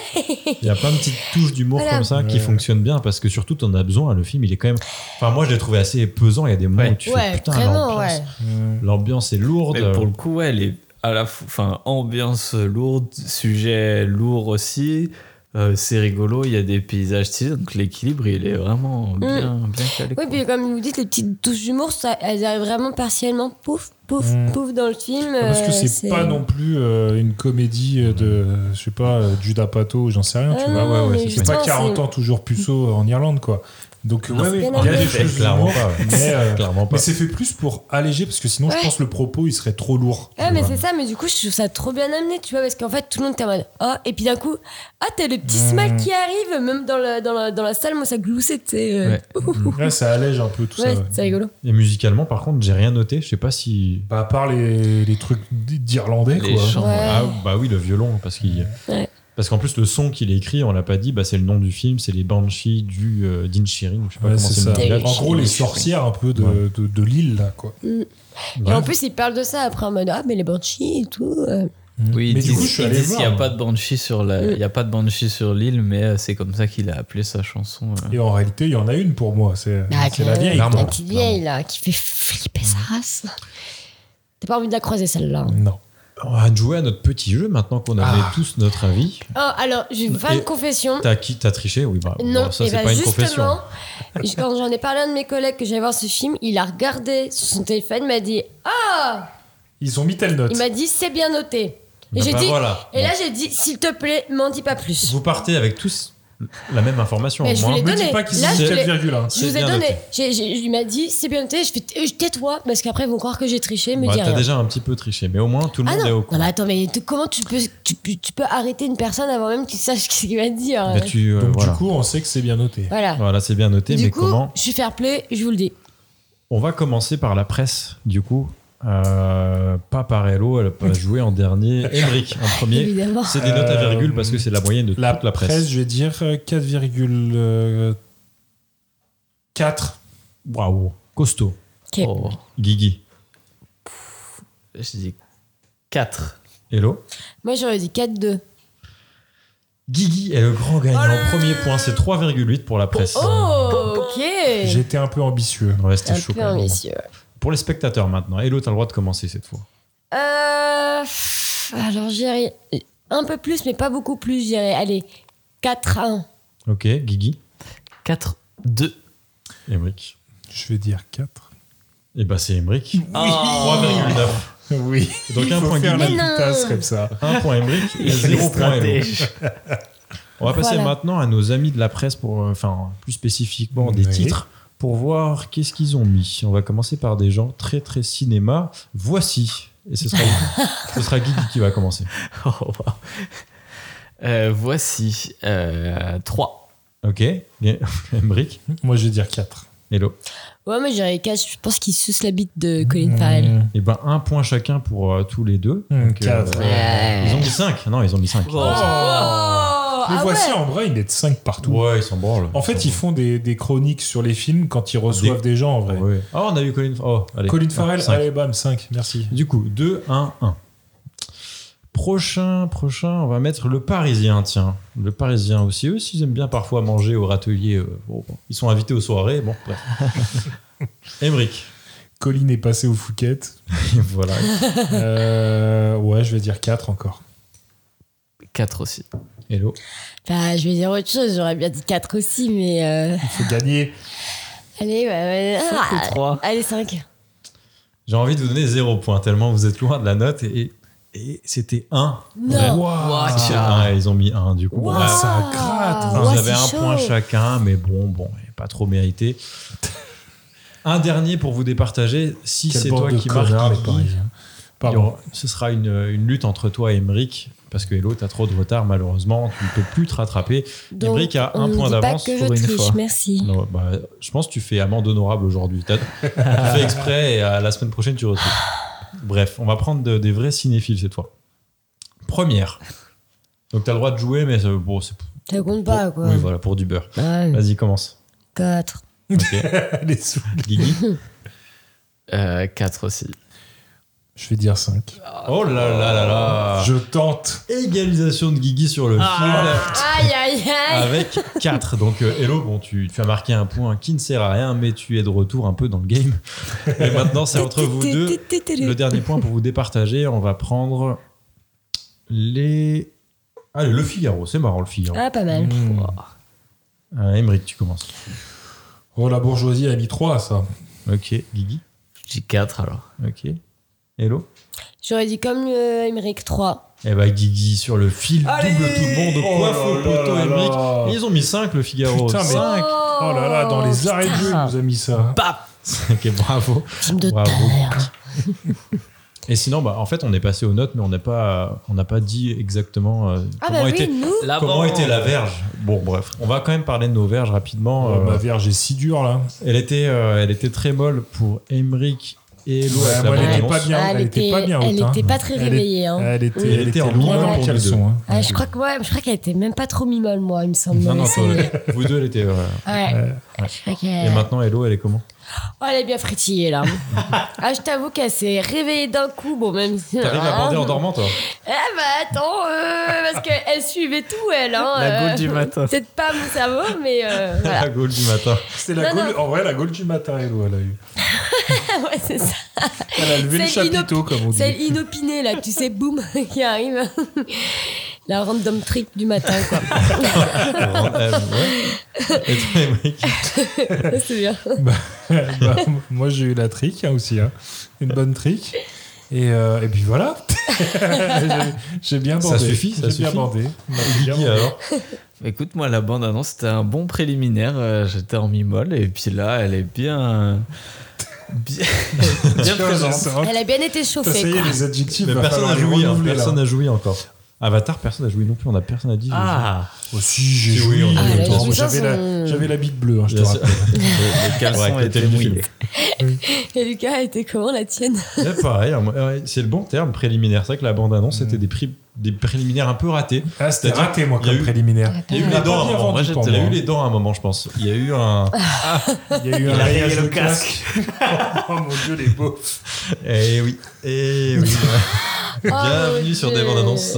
il y a plein de petites touches d'humour Voilà. comme ça qui Ouais. fonctionnent bien parce que surtout t'en as besoin. Le film, il est quand même. Enfin, moi, je l'ai trouvé assez pesant. Il y a des moments Ouais. où tu fais Ouais, putain, vraiment, l'ambiance, ouais. l'ambiance est lourde. Mais pour le coup, ouais, elle est à la fois, enfin, ambiance lourde, sujet lourd aussi. Euh, c'est rigolo, il y a des paysages stylés, donc l'équilibre il est vraiment bien, bien calé. Oui, quoi. puis comme vous dites, les petites touches d'humour, ça, elles arrivent vraiment partiellement, pouf, pouf, Mm. pouf, dans le film. Parce que euh, c'est pas non plus euh, une comédie euh, de, je sais pas, euh, Judas Pato, j'en sais rien, Ah tu non, vois. non, mais c'est pas justement, quarante c'est- ans toujours puceau en Irlande, quoi. Donc, Non, ouais, c'est ouais, bien il y a amené. des choses Clairement d'humour, pas, ouais. mais, euh, Clairement pas. mais c'est fait plus pour alléger, parce que sinon, Ouais. je pense que le propos, il serait trop lourd. tu Ouais, mais vois. c'est ça, mais du coup, je trouve ça trop bien amené, tu vois, parce qu'en fait, tout le monde était en mode, oh, et puis d'un coup, ah, t'as le petit Mm. smile qui arrive, même dans la, dans la, dans la salle, moi, ça gloussait, tu sais. euh, Ouais. ouh, ouh, ouh. Ouais, ça allège un peu tout Ouais, ça. ouais. c'est rigolo. Et musicalement, par contre, j'ai rien noté. Je sais pas si. Bah, à part les, les trucs d'Irlandais, Les quoi. chants. Ouais. Ah, bah oui, le violon, parce qu'il. Ouais. Parce qu'en plus, le son qu'il a écrit, on l'a pas dit, bah, c'est le nom du film, c'est les Banshees du euh, d'Inisherin, je sais pas Ouais, comment c'est c'est ça. le village. En gros, les sorcières un peu de, Ouais. de, de l'île, là, quoi. Mm. Et Bref. en plus, il parle de ça après en mode, ah, mais les banshees et tout. euh. Oui, ils Mais du disent, coup, je suis ils allé disent qu'il n'y a voir. pas de banshee sur la, Mm. il y a pas de banshee sur l'île, mais euh, c'est comme ça qu'il a appelé sa chanson. euh. Et en réalité, il y en a une pour moi. C'est Ah, c'est la vieille. clairement. La petite vieille, là, qui fait flipper sa race. T'as pas envie de la croiser, celle-là. Non. On va jouer à notre petit jeu maintenant qu'on avait Ah. tous notre avis. Oh, alors, je vais vous faire Et- une confession. T'as qui T'as triché Oui, bah, Non, bon, ça, et c'est bah pas une confession. justement, je- quand j'en ai parlé à un de mes collègues que j'allais voir ce film, il a regardé sur son téléphone, il m'a dit ah, Ils ont mis telle note. il m'a dit c'est bien noté. Et Bah, j'ai bah, dit, voilà. et là j'ai dit s'il te plaît, m'en dis pas plus. Vous partez avec tous la même information. Mais au je moins. vous l'ai Me donné. dis pas qu'ils Là, ont mis je quelle l'ai- virgule. hein. Je vous ai bien donné. noté. J'ai- j'ai- il m'a dit c'est bien noté. Je fais euh, tais-toi parce qu'après ils vont croire que j'ai triché. Me Bah, dis t'as rien. déjà un petit peu triché, mais au moins tout le Ah monde est non, au non courant. mais attends, mais t- comment tu peux, tu, peux- tu peux arrêter une personne avant même qu'il sache ce qu'il va dire. Bah, tu, euh, Donc, voilà. du coup, on sait que c'est bien noté. Voilà. Voilà, c'est bien noté, Du mais coup, comment je suis fair play, je vous le dis. On va commencer par la presse, du coup. Euh, pas par Hello, elle a pas joué en dernier. Emmerich en premier. Évidemment. C'est des notes à Euh, virgule parce que c'est la moyenne de La toute la presse. presse, je vais dire euh, quatre virgule quatre. Waouh, costaud. Ok. Oh, Guigui. je dis quatre. Hello. Moi j'aurais dit quatre deux. Guigui est le grand gagnant. Premier point, c'est trois virgule huit pour la presse. Oh, ok. J'étais un peu ambitieux. Ouais, c'était Un chaud peu quand même. ambitieux. Pour les spectateurs maintenant. Hello, t'as le droit de commencer cette fois. Euh, pff, alors j'irais un peu plus, mais pas beaucoup plus. J'irais, allez, quatre un. Ok, Guigui. quatre deux. Emmerich. Je vais dire quatre. Et bah c'est Emmerich. trois virgule neuf. Oui. Donc il un faut point faire la Guigui. tasse comme ça. Un point Emmerich et zéro point Hello. On va passer Voilà. maintenant à nos amis de la presse, pour, euh, enfin plus spécifiquement des Oui. titres, pour voir qu'est-ce qu'ils ont mis. On va commencer par des gens très très cinéma. Voici. Et ce sera, ce sera Guigui qui va commencer. Oh, wow. Euh, voici euh, trois. Ok. Emmerich. Moi, je vais dire quatre. Hello. Ouais, mais j'aurais quatre. Je pense qu'il suce la bite de Colin Farrell. Et ben un point chacun pour euh, tous les deux. Mmh, Donc, quatre. Ouais. Ils ont mis cinq. Non, ils ont mis cinq. Oh. Mais ah voici, ouais. en vrai, ils mettent cinq partout. Ouais, ils s'en branlent. En fait, ils font des, des chroniques sur les films quand ils reçoivent des, gens, en vrai. Ouais. Oh, on a eu Colin, oh, allez. Colin Farrell, cinq. allez, bam, cinq, merci. Du coup, deux, un, un. Prochain, prochain, on va mettre le Parisien, tiens. Le Parisien aussi, eux, s'ils aiment bien parfois manger au râtelier. Euh, bon, bon. Ils sont invités aux soirées, bon, bref. Emmerich. Colin est passé au Phuket. Voilà. Euh, ouais, je vais dire quatre encore. quatre aussi. Hello. Bah, je vais dire autre chose. J'aurais bien dit quatre aussi, mais. Euh... Il faut gagner. Allez, ouais, ouais. cinq Ah, ou trois. Allez, cinq. J'ai envie de vous donner zéro point, tellement vous êtes loin de la note. Et, et c'était un. Non. Wow. C'était un, ils ont mis un, du coup. Wow. Bon, ouais. Ça gratte. Enfin, Ouais, vous avez c'est un chaud. point chacun, mais bon, bon, pas trop mérité. Un dernier pour vous départager. Si Quelle c'est bande toi de qui connards, marques, les Guigui, Parisiens. il y Pardon. aura- ce sera une, une lutte entre toi et Emmerich. Parce que Hello, t'as trop de retard, malheureusement. Tu ne peux plus te rattraper. Donc, Emmerich a on un ne point dit pas d'avance que je pour une triche, fois. merci. Non, bah, je pense que tu fais amende honorable aujourd'hui. T'as- tu fais exprès et à la semaine prochaine, tu retrouves. Bref, on va prendre de- des vrais cinéphiles cette fois. Première. Donc, tu as le droit de jouer, mais c'est- bon, c'est Ça compte pas, quoi. oui, voilà, pour du beurre. Ouais. Vas-y, commence. quatre. Ok. Elle est saoule. Guigui. Euh, quatre aussi. Je vais dire cinq. Oh là là là là. Je tente. Égalisation de Guigui sur le Aïe, aïe, film aïe. avec quatre. Donc, euh, Hello, bon, tu, tu as marqué un point qui ne sert à rien, mais tu es de retour un peu dans le game. Et maintenant, c'est entre vous deux. Le dernier point pour vous départager, on va prendre les. Allez, le Figaro, c'est marrant le Figaro. Ah, pas mal. Mmh. Euh, Emmerich, tu commences. Oh, la bourgeoisie a mis trois, ça. Ok, Guigui. Je dis quatre alors. Ok. Hello. J'aurais dit comme euh, Emmerich trois. Eh bah, Guigui sur le fil, Allez. double tout le monde, Oh coiffe là au là poteau, là Emmerich. là. Et ils ont mis cinq le Figaro. Putain, mais- cinq. Oh là là, dans les arrêts de jeu, il nous a mis ça. Ok, bravo. Film de Bravo. terre. Et sinon, bah, en fait, on est passé aux notes, mais on n'a pas, on n'a pas dit exactement euh, Ah, comment, bah était, oui, nous. La comment bande. était la verge. Bon, bref, on va quand même parler de nos verges rapidement. Oh, Euh, ma verge est si dure, là. elle, était, euh, elle était très molle pour Emmerich et Hello. Ouais, avec moi, la elle était bande-annonce. pas bien. Ah, Elle était pas bien haute, Elle hein. était pas très Elle est- réveillée. Hein. Elle était, Oui. elle Elle était était en loin mi-molle dans le pour nous caleçon. deux. Hein. Ah, je crois que ouais, je crois qu'elle était même pas trop mi-molle, moi, il me semble. Non, non, Mais toi, c'est- vous deux, elle était. euh, Ouais. ouais. Je crois Et qu'elle- maintenant, Hello, elle est comment? Oh, elle est bien fritillée, là. Ah, je t'avoue qu'elle s'est réveillée d'un coup. Bon, même si. T'arrives à bander en dormant, toi? Eh bah attends, euh, parce qu'elle suivait tout, elle. Hein, La euh, gaule du matin. Peut-être pas mon cerveau, mais euh, voilà. La gaule du matin. C'est la Non, gaule, en vrai, la gaule du matin, Hello, elle a eu. Ouais, c'est ça. Elle a levé le C'est chapiteau, comme on dit. Celle inopinée, là, tu sais, boum, qui arrive. La random trick du matin, quoi. Euh, ouais. Et toi, Emmerich? C'est bien. Bah, bah, moi, j'ai eu la trick hein, aussi. Hein. Une bonne trick. Et, euh, et puis voilà. J'ai- J'ai bien bandé. Ça suffit, ça J'ai bien suffit. bandé. On m'a bien Guigui, bandé. alors? Écoute, moi, la bande-annonce, c'était un bon préliminaire. euh, J'étais en mi-molle. Et puis là, elle est bien. Bien, bien présente. Elle a bien été Ça, chauffée, ça y est, quoi. les adjectifs. Mais va personne falloir n'a les joui, hein. renouveler, là. Personne n'a joui encore. Avatar, personne n'a joui non plus. On a personne n'a dit. Ah, Oh, si, j'ai Si, joui. oui, on a Ah, eu le la temps. jouissance, J'avais la, on- j'avais la bite bleue, hein, je te Bien sûr. rappelle. le, le caleçon Ouais, était t'as lu le mouillé. Et Lucas, elle était comment, la tienne? Ouais, pareil, hein, moi, ouais, c'est le bon terme, préliminaire. C'est vrai que la bande-annonce, c'était des, pri- des préliminaires un peu ratés. Ah, c'était C'est-à-dire raté, moi, qu'il y a comme eu- préliminaire. Il y a eu On les l'a dents pas à un bien moment. vendu pour Il y a moi. eu les dents à un moment, je pense. Il y a eu un. Il y a eu un Il a rayage rayé de le casque. Oh mon dieu, les beaux. Eh oui, eh oui. Bienvenue mon sur Dieu. des bandes annonces.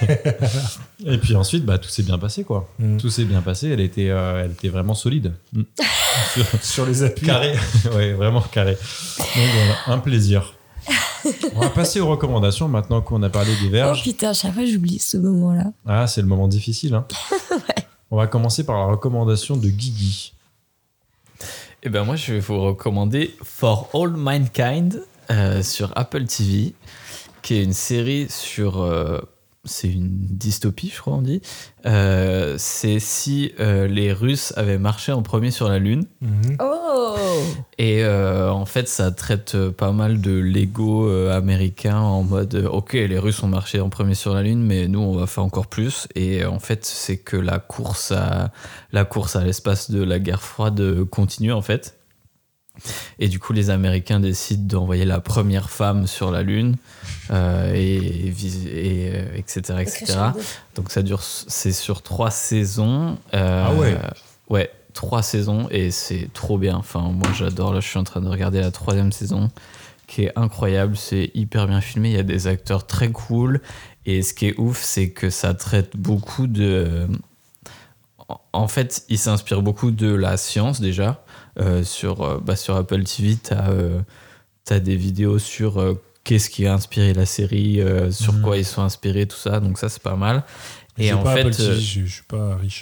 Et puis ensuite, bah, tout s'est bien passé, quoi. Mm. Tout s'est bien passé. Elle était, euh, elle était vraiment solide. Mm. Sur- Sur les appuis. Carré. Ouais, vraiment carré. Donc voilà, un plaisir. On va passer aux recommandations maintenant qu'on a parlé des Oh verges. putain, à chaque fois, j'oublie ce moment-là. Ah, c'est le moment difficile. Hein. On va commencer par la recommandation de Guigui. Et ben moi, je vais vous recommander For All Mankind euh, sur Apple T V, qui est une série sur... Euh, c'est une dystopie, je crois on dit. Euh, c'est si euh, les Russes avaient marché en premier sur la Lune. Mm-hmm. Oh. Et euh, en fait, ça traite pas mal de l'ego euh, américain en mode euh, ok, les Russes ont marché en premier sur la Lune, mais nous, on va faire encore plus. Et euh, en fait, c'est que la course à la course à l'espace de la guerre froide continue en fait. Et du coup, les Américains décident d'envoyer la première femme sur la Lune, euh, et, et, et euh, et cetera, et cetera. Donc ça dure, c'est sur trois saisons. Euh, ah ouais. Ouais, trois saisons et c'est trop bien. Enfin, moi j'adore. Là, je suis en train de regarder la troisième saison, qui est incroyable. C'est hyper bien filmé. Il y a des acteurs très cool. Et ce qui est ouf, c'est que ça traite beaucoup de. En fait, il s'inspire beaucoup de la science déjà. Euh, sur, euh, bah, sur Apple T V, t'as euh, t'as des vidéos sur euh, qu'est-ce qui a inspiré la série, euh, sur mmh. quoi ils sont inspirés, tout ça. Donc ça, c'est pas mal. Et j'ai en pas fait, Apple T V, euh, je, je suis pas riche.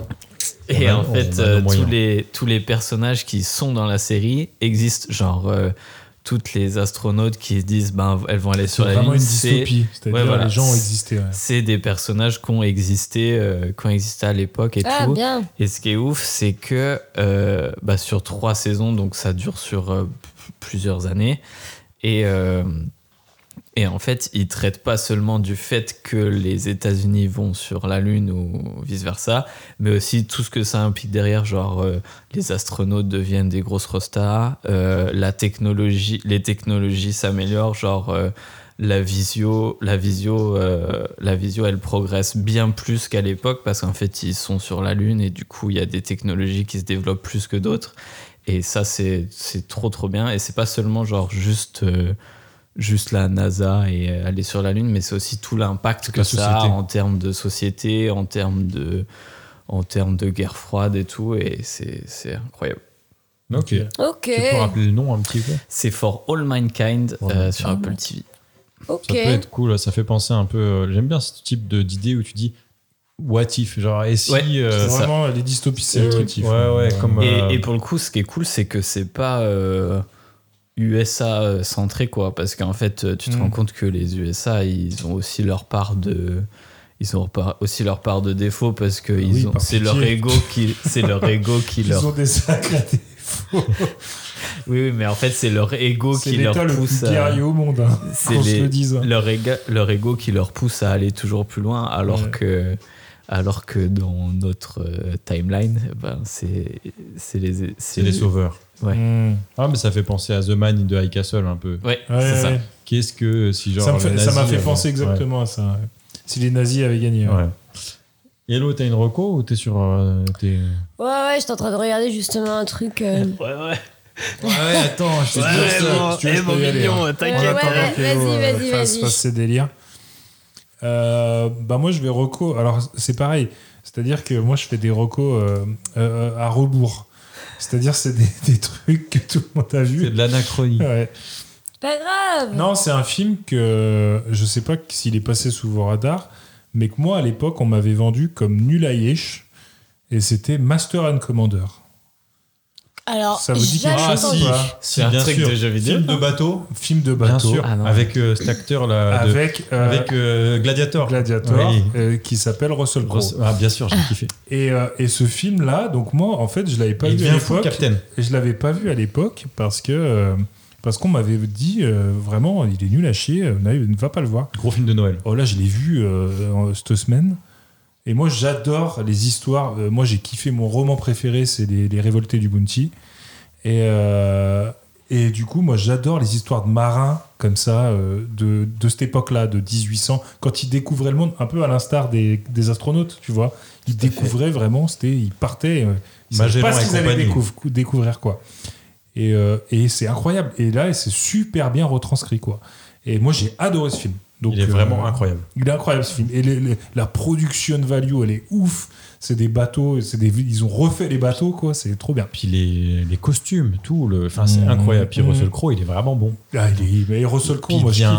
Et on en a, fait, euh, tous les tous les personnages qui sont dans la série existent, genre. Euh, toutes les astronautes qui se disent ben elles vont aller sur la Lune. C'est vraiment une dystopie, c'est-à-dire ouais, voilà. les gens ont existé. Ouais. C'est des personnages qui ont existé, euh, qui ont existé à l'époque et ah, tout. Bien. Et ce qui est ouf, c'est que euh, bah, sur trois saisons, donc ça dure sur euh, p- plusieurs années, et euh, et en fait, ils traitent pas seulement du fait que les États-Unis vont sur la Lune ou vice versa, mais aussi tout ce que ça implique derrière, genre euh, les astronautes deviennent des grosses rostas, euh, la technologie, les technologies s'améliorent, genre euh, la visio, la visio, euh, la visio, elle progresse bien plus qu'à l'époque parce qu'en fait ils sont sur la Lune et du coup il y a des technologies qui se développent plus que d'autres et ça c'est c'est trop trop bien et c'est pas seulement genre juste euh, juste la NASA et aller sur la Lune, mais c'est aussi tout l'impact que ça a en termes de société, en termes de, en termes de guerre froide et tout, et c'est, c'est incroyable. Ok. Ok. Tu peux rappeler le nom un petit peu ? C'est For All Mankind ouais, euh, sur Apple T V. Ok. Ça peut être cool, ça fait penser un peu. Euh, j'aime bien ce type de, d'idée où tu dis what if, genre et si. Ouais, euh, c'est ça, vraiment les dystopies, c'est le truc. Ouais, ouais, comme. Et, euh, et pour le coup, ce qui est cool, c'est que c'est pas. Euh, U S A centré quoi parce qu'en fait tu te mmh. rends compte que les U S A ils ont aussi leur part de ils ont aussi leur part de défaut parce que ils oui, ont c'est leur ego qui c'est leur ego qui ils leur ils ont des sacrés défauts. oui, oui mais en fait c'est leur ego c'est qui leur pousse le plus guerrier au monde hein, c'est les, le dise, hein. leur ego leur ego qui leur pousse à aller toujours plus loin alors ouais. que alors que dans notre euh, timeline ben c'est c'est les c'est, c'est les sauveurs. Ouais. Mmh. Ah, mais ça fait penser à The Man in the High Castle un peu. Ouais, ouais c'est ça. Qu'est-ce que si genre. Ça, me fait, nazis, ça m'a fait euh, penser exactement ouais. à ça. Si les nazis avaient gagné. Ouais. ouais. Hello, t'as une reco ou t'es sur. Euh, t'es... Ouais, ouais, j'étais en train de regarder justement un truc. Euh... ouais, ouais. Ouais, attends, je te ouais, dis ouais, ça. bon, Si tu veux, eh, je mon peux y aller, mignon, hein. t'inquiète. Ouais, ouais, ouais, vas-y, vas-y, vas-y. Fasse ces délires. Bah, moi, je vais reco. Alors, c'est pareil. C'est-à-dire que moi, je fais des recos euh, euh, à rebours. C'est-à-dire, c'est des, des trucs que tout le monde a vu. C'est de l'anachronie. Ouais. Pas grave. Non, c'est un film que je sais pas s'il est passé sous vos radars, mais que moi, à l'époque, on m'avait vendu comme nul à Yesh, et c'était Master and Commander. Alors, ça vous dit quelque chose si, c'est un truc de jeu vidéo. Film de bateau. Film de bateau. Bien sûr. Ah avec euh, cet acteur là. De, avec euh, avec euh, Gladiator. Gladiator, oui. euh, qui s'appelle Russell Crowe. Russ- ah, bien sûr, j'ai kiffé. Et, euh, et ce film là, donc moi, en fait, je l'avais pas Il vu à devient fou, l'époque. Captain. Et je l'avais pas vu à l'époque parce que euh, parce qu'on m'avait dit euh, vraiment, il est nul à chier. Euh, ne va pas le voir. Gros film de Noël. Oh là, je l'ai vu euh, en, cette semaine. Et moi, j'adore les histoires. Euh, moi, j'ai kiffé mon roman préféré, c'est Les, les Révoltés du Bounty. Et, euh, et du coup, moi, j'adore les histoires de marins comme ça, euh, de, de cette époque-là, de dix-huit cents, quand ils découvraient le monde, un peu à l'instar des, des astronautes, tu vois. Ils Tout découvraient vraiment, c'était, ils partaient, euh, ils ne savaient pas ce qu'ils allaient découvrir, découvrir, quoi. Et, euh, et c'est incroyable. Et là, c'est super bien retranscrit, quoi. Et moi, j'ai adoré ce film. Donc, il est vraiment euh, incroyable. Il est incroyable, ce film. Et les, les, la production value, elle est ouf. C'est des bateaux, c'est des, ils ont refait les bateaux, quoi. C'est trop bien. Puis les, les costumes, tout. Le, enfin, c'est mmh, incroyable. Puis mmh. Russell Crowe, il est vraiment bon. Ah, il est, mais Russell Crowe, moi, vient, je kiffe.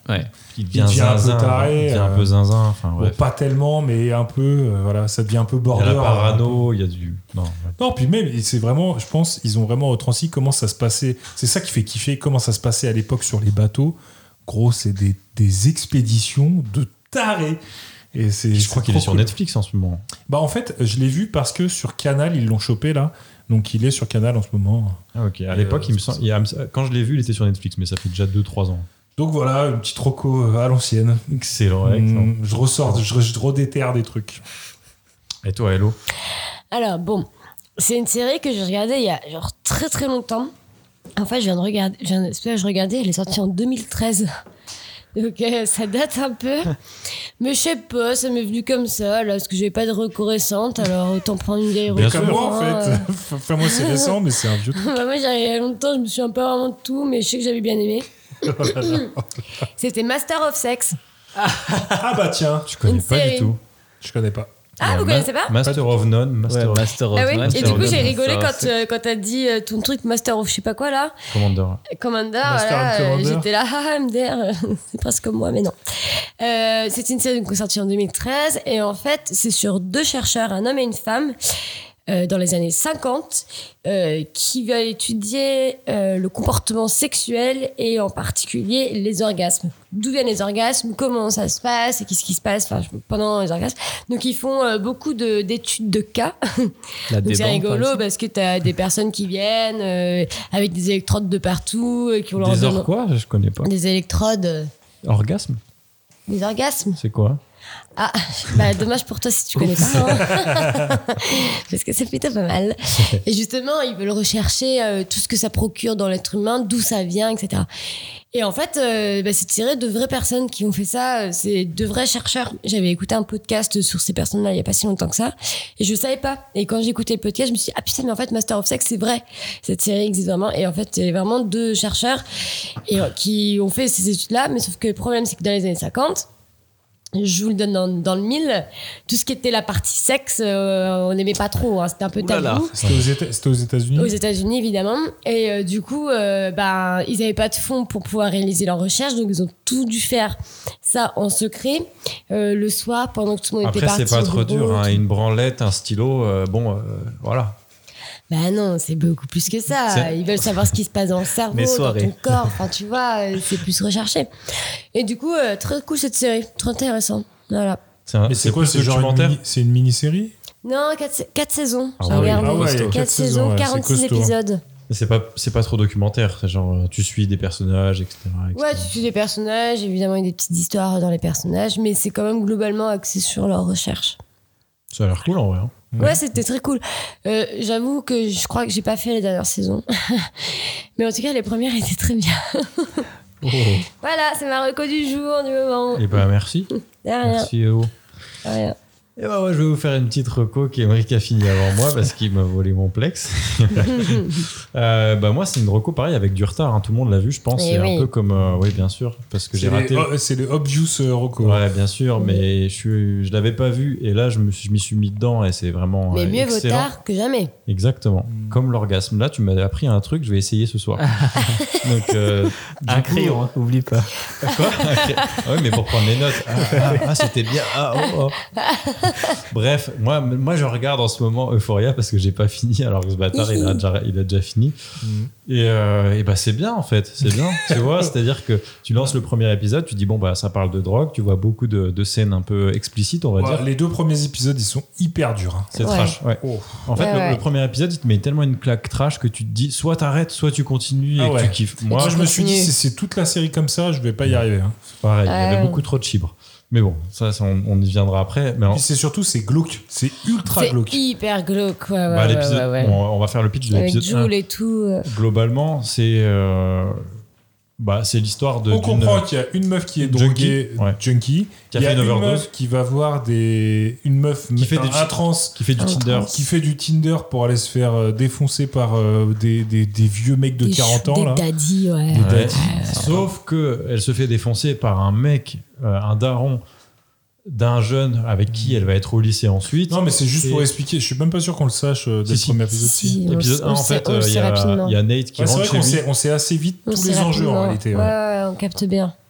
Ouais. Il devient, devient un peu taré. Il devient euh, un peu zinzin. Enfin, bon, pas tellement, mais un peu. Euh, voilà, ça devient un peu border. Il y a la parano, il y a du. Non, ouais. non, puis même, c'est vraiment, je pense, ils ont vraiment retranscrit comment ça se passait. C'est ça qui fait kiffer, comment ça se passait à l'époque sur les bateaux. Gros, c'est des, des expéditions de tarés. Et c'est, je c'est crois qu'il est sur cool. Netflix en ce moment. Bah, en fait, je l'ai vu parce que sur Canal, ils l'ont chopé là. Donc, il est sur Canal en ce moment. Ah, ok. À l'époque, euh, il me semble, il a, quand je l'ai vu, il était sur Netflix, mais ça fait déjà deux trois ans. Donc voilà, une petite roco à l'ancienne. Excellent. Mmh, je ressors, je, je redéterre des trucs. Et toi, Hello? Alors, bon, c'est une série que j'ai regardée il y a genre très très longtemps. En fait, je viens de regarder, je, viens de, je regardais, elle est sortie en deux mille treize. Donc euh, ça date un peu. Mais je sais pas, ça m'est venu comme ça, là, parce que j'avais pas de recours récente, alors autant prendre une vieille recours. Comme moi, en fait. Euh... Enfin, moi, c'est récent, mais c'est un vieux truc. Bah, moi, j'avais il y a longtemps, je me souviens pas vraiment de tout, mais je sais que j'avais bien aimé. C'était Master of Sex. Ah bah tiens, tu connais une pas série. du tout. Je connais pas. Ah, ouais, vous connaissez pas? Master of None, Master, ouais, Master of ah oui. Master Et du coup, of j'ai None, rigolé quand, euh, quand t'as dit euh, ton truc Master of je sais pas quoi là. Commander. Commander, Master voilà, Commander. Euh, j'étais là, ah, M D R, c'est presque comme moi, mais non. Euh, c'est une série qui est sortie en deux mille treize et en fait, c'est sur deux chercheurs, un homme et une femme. Euh, dans les années cinquante, euh, qui va étudier euh, le comportement sexuel et en particulier les orgasmes. D'où viennent les orgasmes, comment ça se passe et qu'est-ce qui se passe pendant les orgasmes. Donc ils font euh, beaucoup de, d'études de cas. Donc c'est rigolo parce que tu as des personnes qui viennent euh, avec des électrodes de partout. Et qui ont des leur or quoi? Je connais pas. Des électrodes. Euh... Orgasme? Des orgasmes. C'est quoi? Ah, bah dommage pour toi si tu connais pas. Hein. Parce que c'est plutôt pas mal. Et justement, ils veulent rechercher euh, tout ce que ça procure dans l'être humain, d'où ça vient, et cetera. Et en fait, euh, bah, c'est tiré de vraies personnes qui ont fait ça. C'est de vrais chercheurs. J'avais écouté un podcast sur ces personnes-là il y a pas si longtemps que ça. Et je savais pas. Et quand j'ai écouté le podcast, je me suis dit, ah putain, mais en fait, Master of Sex, c'est vrai. Cette série existe vraiment. Et en fait, c'est vraiment deux chercheurs et, euh, qui ont fait ces études-là. Mais sauf que le problème, c'est que dans les années cinquante, je vous le donne dans, dans le mille, tout ce qui était la partie sexe, euh, on n'aimait pas trop, hein, c'était un peu tabou. C'était aux, Éta- c'était aux États-Unis. Aux États-Unis, évidemment. Et euh, du coup, euh, bah, ils n'avaient pas de fonds pour pouvoir réaliser leurs recherches, donc ils ont tout dû faire ça en secret, euh, le soir, pendant que tout le monde Après, était parti. Après, c'est pas trop dur, hein, une branlette, un stylo, euh, bon, euh, voilà. Bah non, c'est beaucoup plus que ça. C'est... Ils veulent savoir ce qui se passe dans le cerveau, dans ton corps. Enfin, tu vois, c'est plus recherché. Et du coup, euh, très cool cette série, très intéressant. Voilà. C'est un, Mais c'est, c'est quoi, c'est genre documentaire une mini, c'est une mini-série? Non, quatre saisons. Ah, J'ai ouais, regardé. Ah ouais, quatre, quatre saisons, ouais, quarante-six épisodes. C'est pas, c'est pas trop documentaire, c'est genre tu suis des personnages, et cetera, et cetera. Ouais, tu suis des personnages, évidemment, il y a des petites histoires dans les personnages, mais c'est quand même globalement axé sur leur recherche. Ça a l'air cool en vrai. Hein. Ouais, c'était très cool. Euh, j'avoue que je crois que j'ai pas fait les dernières saisons. Mais en tout cas, les premières étaient très bien. Oh. Voilà, c'est ma reco du jour, du moment. Et bah, merci. Merci, Eo. Rien. Et bah, moi, je vais vous faire une petite reco qu'Emeric a fini avant moi parce qu'il m'a volé mon plex. euh, bah, moi, c'est une reco pareil avec du retard. Hein. Tout le monde l'a vu, je pense. Et c'est oui. un peu comme. Euh, oui, bien sûr. Parce que c'est j'ai raté. Les, c'est le obvious reco. Ouais, bien sûr. Oui. Mais je, suis, je l'avais pas vu. Et là, je, me suis, je m'y suis mis dedans et c'est vraiment. Mais euh, mieux vaut tard que jamais. Exactement. Mm. Comme l'orgasme. Là, tu m'as appris un truc, je vais essayer ce soir. Donc, euh, un crayon, hein, oublie pas. Quoi? Ah ouais, mais pour prendre les notes. Ah, ah, ah c'était bien. Ah, oh, oh. Bref, moi, moi, je regarde en ce moment Euphoria parce que j'ai pas fini, alors que ce bâtard, il a déjà, il a déjà fini. Mm. Et, euh, et bah, c'est bien, en fait. C'est bien. Tu vois, c'est-à-dire que tu lances le premier épisode, tu dis, bon, bah, ça parle de drogue, tu vois beaucoup de, de scènes un peu explicites, on va ouais, dire. Les deux premiers épisodes, ils sont hyper durs. Hein. C'est ouais. trash, ouais. Oh. En fait, ouais, le, ouais. le premier épisode, il te met tellement une claque trash que tu te dis, soit t'arrêtes, soit tu continues ah et ouais. tu kiffes. Moi, moi je me suis dit, si c'est toute la série comme ça, je vais pas y arriver. Hein. C'est pareil, il y avait beaucoup trop de chibres. Mais bon, ça, ça on, on y viendra après. Mais en... c'est surtout, c'est glauque. C'est ultra c'est glauque. C'est hyper glauque. Ouais, ouais, bah, l'épisode, ouais, ouais. On, on va faire le pitch de avec l'épisode Jules un. Et tout. Globalement, c'est, euh, bah, c'est l'histoire de. On comprend qu'il y a une meuf qui est droguée, junkie, ouais. junkie. Qui a il y a fait une, une meuf qui va voir des. Une meuf qui fait, un, des, un trans. Qui fait du un Tinder. Trans, qui fait du Tinder pour aller se faire euh, défoncer par euh, des, des, des vieux mecs de des quarante ans. Des là. daddies, ouais. Des daddies. Ouais. Sauf qu'elle se fait défoncer par un mec, euh, un daron. D'un jeune avec qui elle va être au lycée ensuite. Non, mais c'est juste et... pour expliquer. Je suis même pas sûr qu'on le sache euh, dès si, le premier épisode. Si, si, épisode un, en fait, il euh, y, y a Nate qui ouais, rentre c'est vrai chez qu'on lui. Sait, on sait assez vite on tous les enjeux en réalité. Ouais, ouais, ouais, on capte bien.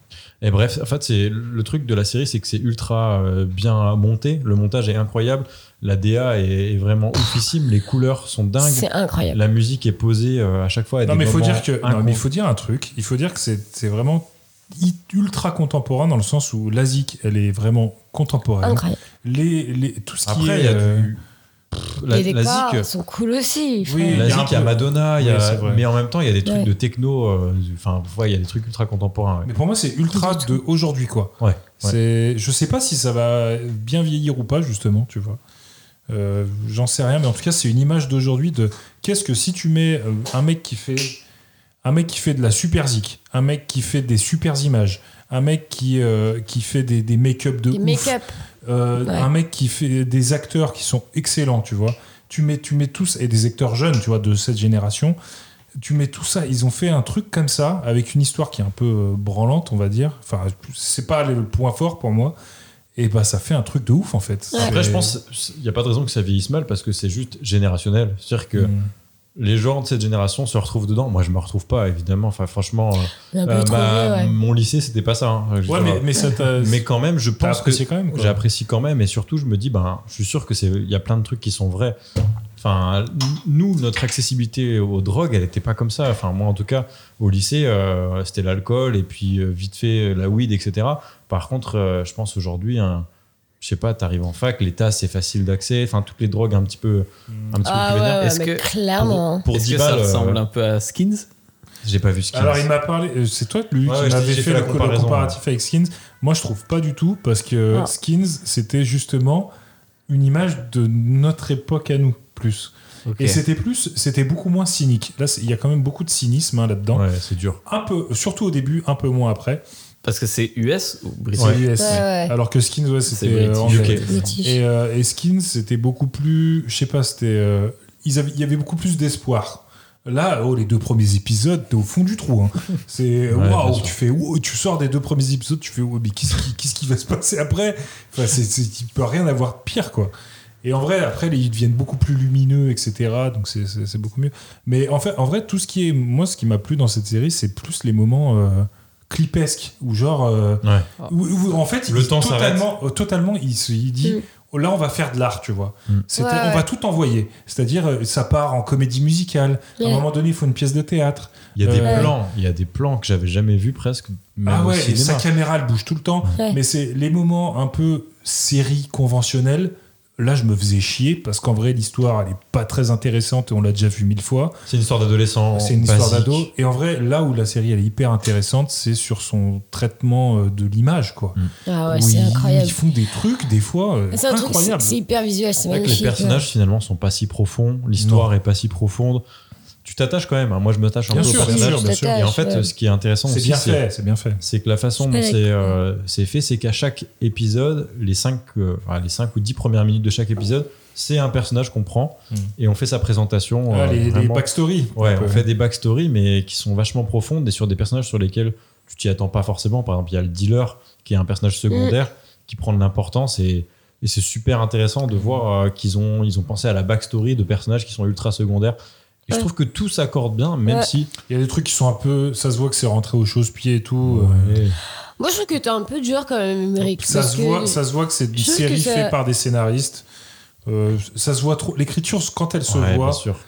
Et bref, en fait, c'est le truc de la série, c'est que c'est ultra euh, bien monté. Le montage est incroyable. La D A est, est vraiment oufissime. Les couleurs sont dingues. C'est incroyable. La musique est posée euh, à chaque fois. À Non, des mais il faut moments dire que, non, mais il faut dire un truc. Il faut dire que c'est, c'est vraiment ultra contemporain dans le sens où la zik, elle est vraiment contemporaine. Incroyable. Les, les, tout ce qui Après, est. il y a euh, du. La, les la décors zik, sont cool aussi. Oui, la il y a zik, un il y a peu- Madonna, il y a, Oui, c'est vrai. mais en même temps, il y a des trucs Ouais. de techno. euh, Enfin, ouais, il y a des trucs ultra contemporains. Ouais. Mais pour moi, c'est ultra de aujourd'hui, quoi. Ouais, ouais. C'est, je sais pas si ça va bien vieillir ou pas, justement, tu vois. Euh, j'en sais rien, mais en tout cas, c'est une image d'aujourd'hui de qu'est-ce que si tu mets euh, un mec qui fait un mec qui fait de la super zik, un mec qui fait des super images, un mec qui euh, qui fait des, des make-up de Des ouf, make-up. euh, Ouais. un mec qui fait des acteurs qui sont excellents, tu vois. Tu mets tu mets tous et des acteurs jeunes, tu vois, de cette génération. Tu mets tout ça, ils ont fait un truc comme ça avec une histoire qui est un peu euh, branlante, on va dire. Enfin, c'est pas le point fort pour moi. Et bah ça fait un truc de ouf en fait. Après, C'est- je pense qu'il n'y a pas de raison que ça vieillisse mal parce que c'est juste générationnel. C'est-à-dire que Mm. les gens de cette génération se retrouvent dedans. Moi, je me retrouve pas, évidemment. Enfin, franchement, Un peu euh, trop ma- vieux, ouais. mon lycée, c'était pas ça. hein. Je veux Ouais, dire, mais, mais ça t'a- mais quand même, je t'as pense que apprécié quand même, quoi. j'apprécie quand même. Et surtout, je me dis, ben, je suis sûr que c'est, il y a plein de trucs qui sont vrais. Enfin, nous, notre accessibilité aux drogues, elle n'était pas comme ça. Enfin, moi, en tout cas, au lycée, euh, c'était l'alcool et puis euh, vite fait la weed, et cetera. Par contre, euh, je pense aujourd'hui, un, je sais pas, t'arrives en fac, les tasses, c'est facile d'accès. Enfin, toutes les drogues un petit peu, un petit Ah peu plus ouais, vénères. ouais, Est-ce mais que- clairement. Pour, pour Est-ce dix que ça balles, ressemble euh, un peu à Skins? j'ai pas vu Skins. Alors il m'a parlé, euh, c'est toi lui Ouais, qui ouais, m'avait j'ai fait, fait la le, le comparaison, comparatif avec Skins. Moi je trouve pas du tout parce que Ah. Skins c'était justement une image de notre époque à nous plus. Ok. Et c'était plus, c'était beaucoup moins cynique. Là c'est- il y a quand même beaucoup de cynisme hein, là-dedans. Ouais, c'est dur. Un peu, surtout au début, un peu moins après. Parce que c'est U S ou C'est britannique? U S. Ouais, ouais. Alors que Skins ouais, C'est c'était euh, British. anglais. U K. British. Et, euh, et Skins c'était beaucoup plus, je sais pas, c'était, euh, ils avaient, il y avait beaucoup plus d'espoir. Là, oh, les deux premiers épisodes, t'es au fond du trou. Hein. C'est Ouais, bien waouh, sûr. tu fais, wow, tu sors des deux premiers épisodes, tu fais, oh, mais qu'est-ce qui, qu'est-ce qui va se passer après enfin, c'est, c'est, il peut rien avoir de pire, quoi. Et en vrai, après, ils deviennent beaucoup plus lumineux, et cetera. Donc c'est, c'est, c'est beaucoup mieux. Mais en fait, en vrai, tout ce qui est, moi, ce qui m'a plu dans cette série, c'est plus les moments euh, clipesques où genre, euh, Ouais. où, où, en fait, Le il, temps totalement, euh, totalement, il, se- il dit. Mm. Oh, là, on va faire de l'art, tu vois. Mm. C'était- Ouais, on ouais. va tout envoyer. C'est-à-dire, euh, ça part en comédie musicale. À un Ouais. moment donné, il faut une pièce de théâtre. Il y a des Euh, plans, il y a des plans que j'avais jamais vus presque. Même Ah au ouais, et cinéma. sa caméra, elle bouge tout le temps. Ouais. Mais c'est les moments un peu série conventionnelle. Là, je me faisais chier parce qu'en vrai, l'histoire, elle est pas très intéressante et on l'a déjà vu mille fois. C'est une histoire d'adolescent. C'est une histoire basique. d'ado. Et en vrai, là où la série, elle est hyper intéressante, c'est sur son traitement euh, de l'image, quoi. Ah ouais, Où c'est ils- incroyable. Ils font des trucs, des fois, euh, C'est un truc, c'est incroyables. c'est hyper visuel, c'est C'est vrai que magnifique. les personnages finalement sont pas si profonds, l'histoire Non. est pas si profonde. Tu t'attaches quand même. hein. Moi, je m'attache un Bien peu sûr, aux bien personnages. sûr, bien sûr. Et en fait, ouais. ce qui est intéressant C'est aussi, bien c'est fait, c'est bien fait. c'est que la façon Je dont suis c'est d'accord. euh, c'est fait, c'est qu'à chaque épisode, les cinq, euh, enfin, les cinq ou dix premières minutes de chaque épisode, c'est un personnage qu'on prend Mm. et on fait sa présentation. Ah, euh, les, les vraiment- backstories. Ouais, un peu. on fait des backstories, mais qui sont vachement profondes et sur des personnages sur lesquels tu t'y attends pas forcément. Par exemple, il y a le dealer qui est un personnage secondaire qui prend de l'importance et, et c'est super intéressant de voir euh, qu'ils ont, ils ont pensé à la backstory de personnages qui sont ultra secondaires. Et je Ouais. trouve que tout s'accorde bien, même Ouais. si. Il y a des trucs qui sont un peu. Ça se voit que c'est rentré au chausse-pied et tout. euh, Ouais. Moi, je trouve que t'es un peu dur quand même, Émeric. Ça parce se, que- voit, ça se voit que c'est une je trouve série que ça- faite par des scénaristes. Euh, ça se voit trop. L'écriture, quand elle se Ouais, voit, bien sûr.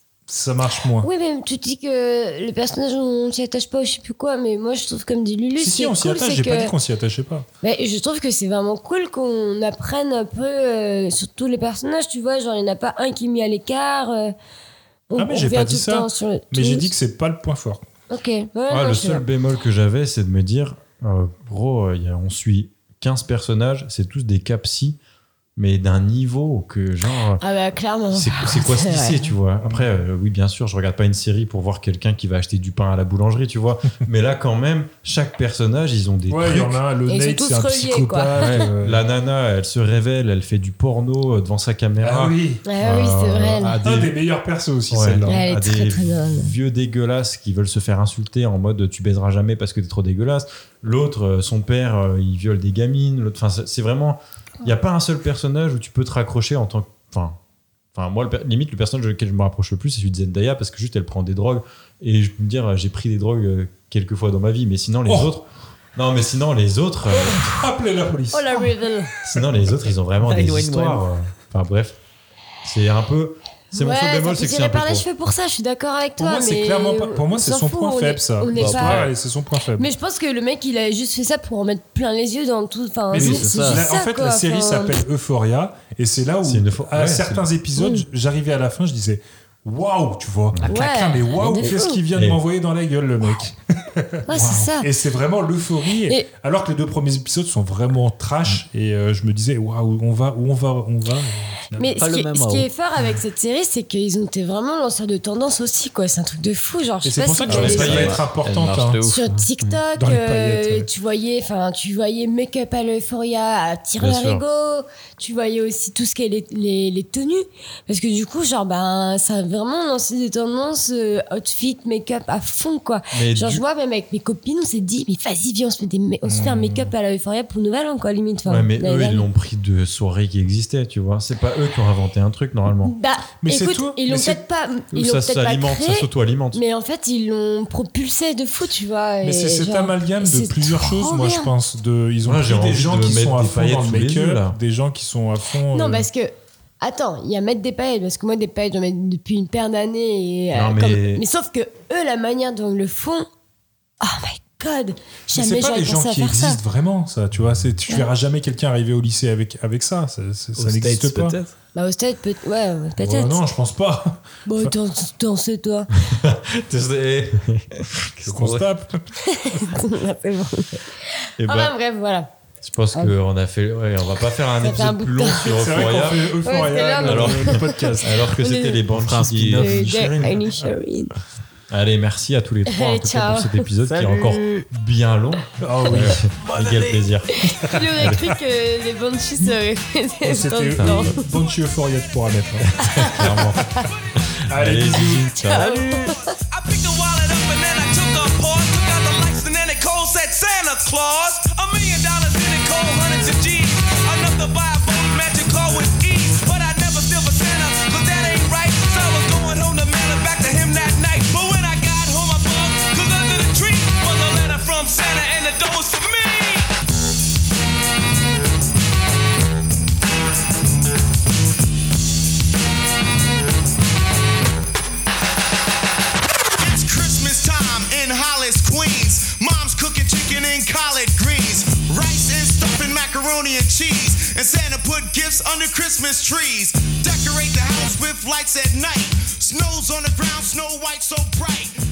ça marche moins. Oui, mais tu dis que le personnage, on s'y attache pas ou je sais plus quoi, mais moi, je trouve, comme dit Lulu, Si, ce si, qui est on s'y cool, attache. c'est J'ai que... pas dit qu'on s'y attachait pas. Mais je trouve que c'est vraiment cool qu'on apprenne un peu euh, sur tous les personnages, tu vois, genre, il n'y en a pas un qui est mis à l'écart. euh, on, Ah, mais on j'ai revient pas dit tout le ça. temps sur Mais tous. j'ai dit que c'est pas le point fort. Ok. Ouais, Ouais, non, le je sais seul pas. bémol que j'avais, c'est de me dire, euh, gros, euh, il y a- on suit quinze personnages, c'est tous des capsis, mais d'un niveau que genre. Ah bah, clairement. C'est c'est quoi ce C'est lycée, vrai. tu vois. Après, euh, oui, bien sûr, je regarde pas une série pour voir quelqu'un qui va acheter du pain à la boulangerie, tu vois. Mais là, quand même, chaque personnage, ils ont des Ouais, il y trucs. en a un, le Et ils sont Nate, tous c'est un reliés, psychopathe. quoi. Ouais, euh, la nana, elle se révèle, elle fait du porno euh, devant sa caméra. Ah oui. Ah oui, c'est vrai. à Un des, des meilleurs persos aussi, ouais, celle-là. Elle est à très, des très drôle. vieux dégueulasses qui veulent se faire insulter en mode tu baiseras jamais parce que t'es trop dégueulasse. L'autre, euh, son père, euh, il viole des gamines. L'autre, enfin, c'est c'est vraiment. Il n'y a pas un seul personnage où tu peux te raccrocher en tant que. Enfin, enfin moi, le per- limite, le personnage auquel je me rapproche le plus, c'est celui de Zendaya parce que juste elle prend des drogues. Et je peux me dire, j'ai pris des drogues euh, quelques fois dans ma vie, mais sinon, les Oh. autres. Non, mais sinon, les autres. euh, Appelez la police. Oh la Riddle. Sinon, les autres, ils ont vraiment des nine one one. histoires. euh, Enfin, bref. C'est un peu. C'est mon Ouais, seul bémol, ça c'est peut que c'est un tirer peu par les trop. cheveux pour ça, je suis d'accord avec Pour toi. moi, c'est mais clairement pas. Pour moi, on c'est s'en son fout, point on faible, est- ça. on est L'histoire, pas- elle, c'est son point faible. Mais je pense que le mec, il a juste fait ça pour en mettre plein les yeux dans tout. Enfin, Mais c'est oui, c'est c'est ça. juste La- en ça, fait, quoi. la série Enfin, s'appelle Euphoria, et c'est là où, C'est une eupho- à ouais, certains épisodes, Mm. j'arrivais à la fin, je disais waouh, tu vois, à claquin, mais waouh, mais de qu'est-ce fou. qu'il vient de Et- m'envoyer dans la gueule, le mec. Ouais, c'est ça. Et c'est vraiment l'euphorie. Et- Alors que les deux premiers épisodes sont vraiment trash, et euh, je me disais waouh, on va, où on va, on va. et finalement- Mais Pas ce, le qui, même ce qui wow. est fort avec cette série, c'est qu'ils ont été vraiment lanceurs de tendance aussi, quoi. C'est un truc de fou. Genre, je Et sais c'est pas pour si ça que vous je avez- pense qu'elle va être Elle importante. marche hein. de ouf. sur TikTok, Dans les euh, paillettes, ouais. tu voyais, enfin, tu voyais make-up à l'euphoria, à tirer Bien sûr. l'ego. Tu voyais aussi tout ce qui est les, les, les tenues, parce que du coup, genre, ben, ça a vraiment lancé des tendances euh, outfit, make-up à fond, quoi. Mais Genre, du- je vois même avec mes copines, on s'est dit, mais vas-y, viens, on se fait des, on se fait un make-up à l'euphoria pour Nouvel An, quoi, limite. Enfin, Ouais, mais l'année eux, ils dernière. l'ont pris de soirées qui existaient, tu vois. C'est pas eux qui ont inventé un truc, normalement. Bah, Mais c'est écoute, tout. ils l'ont Mais c'est- peut-être pas, ils l'ont Ça peut-être pas s'alimente, ça créé, s'auto-alimente. mais en fait, ils l'ont propulsé de fou, tu vois. Mais et c'est cet genre, amalgame de c'est plusieurs trop choses, moi, bien. je pense. De, ils ont Moi, pris j'ai des envie gens de qui mettre sont à des fond paillettes dans le sous les yeux, make-up, là. des gens qui sont à fond. Non, euh, parce que. Attends, il y a mettre des paillettes, parce que moi, des paillettes, j'en mets depuis une paire d'années. Et, euh, Non, mais- comme- mais sauf que eux, la manière dont ils le font. Oh my god! Mais Jamais c'est pas j'aurais les gens pensé à qui faire ça. existent vraiment, ça, tu vois. C'est, tu Ouais. verras jamais quelqu'un arriver au lycée avec, avec ça. Ça, ça, ça Aux n'existe States, pas. peut-être. Bah, au stade, peut- ouais, peut-être. Ouais, non, je pense pas. Bon, t'en, t'en sais, toi. Tu sais. Je qu'on se tape. C'est bon. Et Enfin, bah, bref, voilà. je pense qu'on a fait. Ouais, on va pas faire un Ça fait un épisode bout plus de long temps. sur C'est vrai qu'on Euphoria. fait Ouais, c'est Euphoria, là, Alors- le, le podcast. Alors que On c'était est- les fera un Banshees qui. spin-off. Euh, Sharon. Jack, Annie, Sharon. Allez, merci à tous les trois en Allez, tout cas ciao. pour cet épisode qui est Salut. encore bien long. Ah oui. Euh, et quel plaisir. Qui aurait cru que les Banshees seraient fait C'était dans le temps. euh, bonne Euphoria, tu pourras mettre. hein. Clairement. Allez, Allez, bisous. bisous. Ciao. I picked the wallet up and then I took a pause. Took out the lights and then it cold said Santa Claus. A million dollars in it cold, hundreds of G's. Enough to buy a boat, magic car with ease. But I never steal for Santa, cause that ain't right. So I was going home to mail it back to him that night. But when I got home I bugged, cause under the tree was a letter from Santa and the door was for me. It's Christmas time in Hollis, Queens. Mom's cooking chicken and collard greens, rice and stuffing macaroni and cheese. And Santa put gifts under Christmas trees. Decorate the house with lights at night. Snow's on the ground, snow white so bright.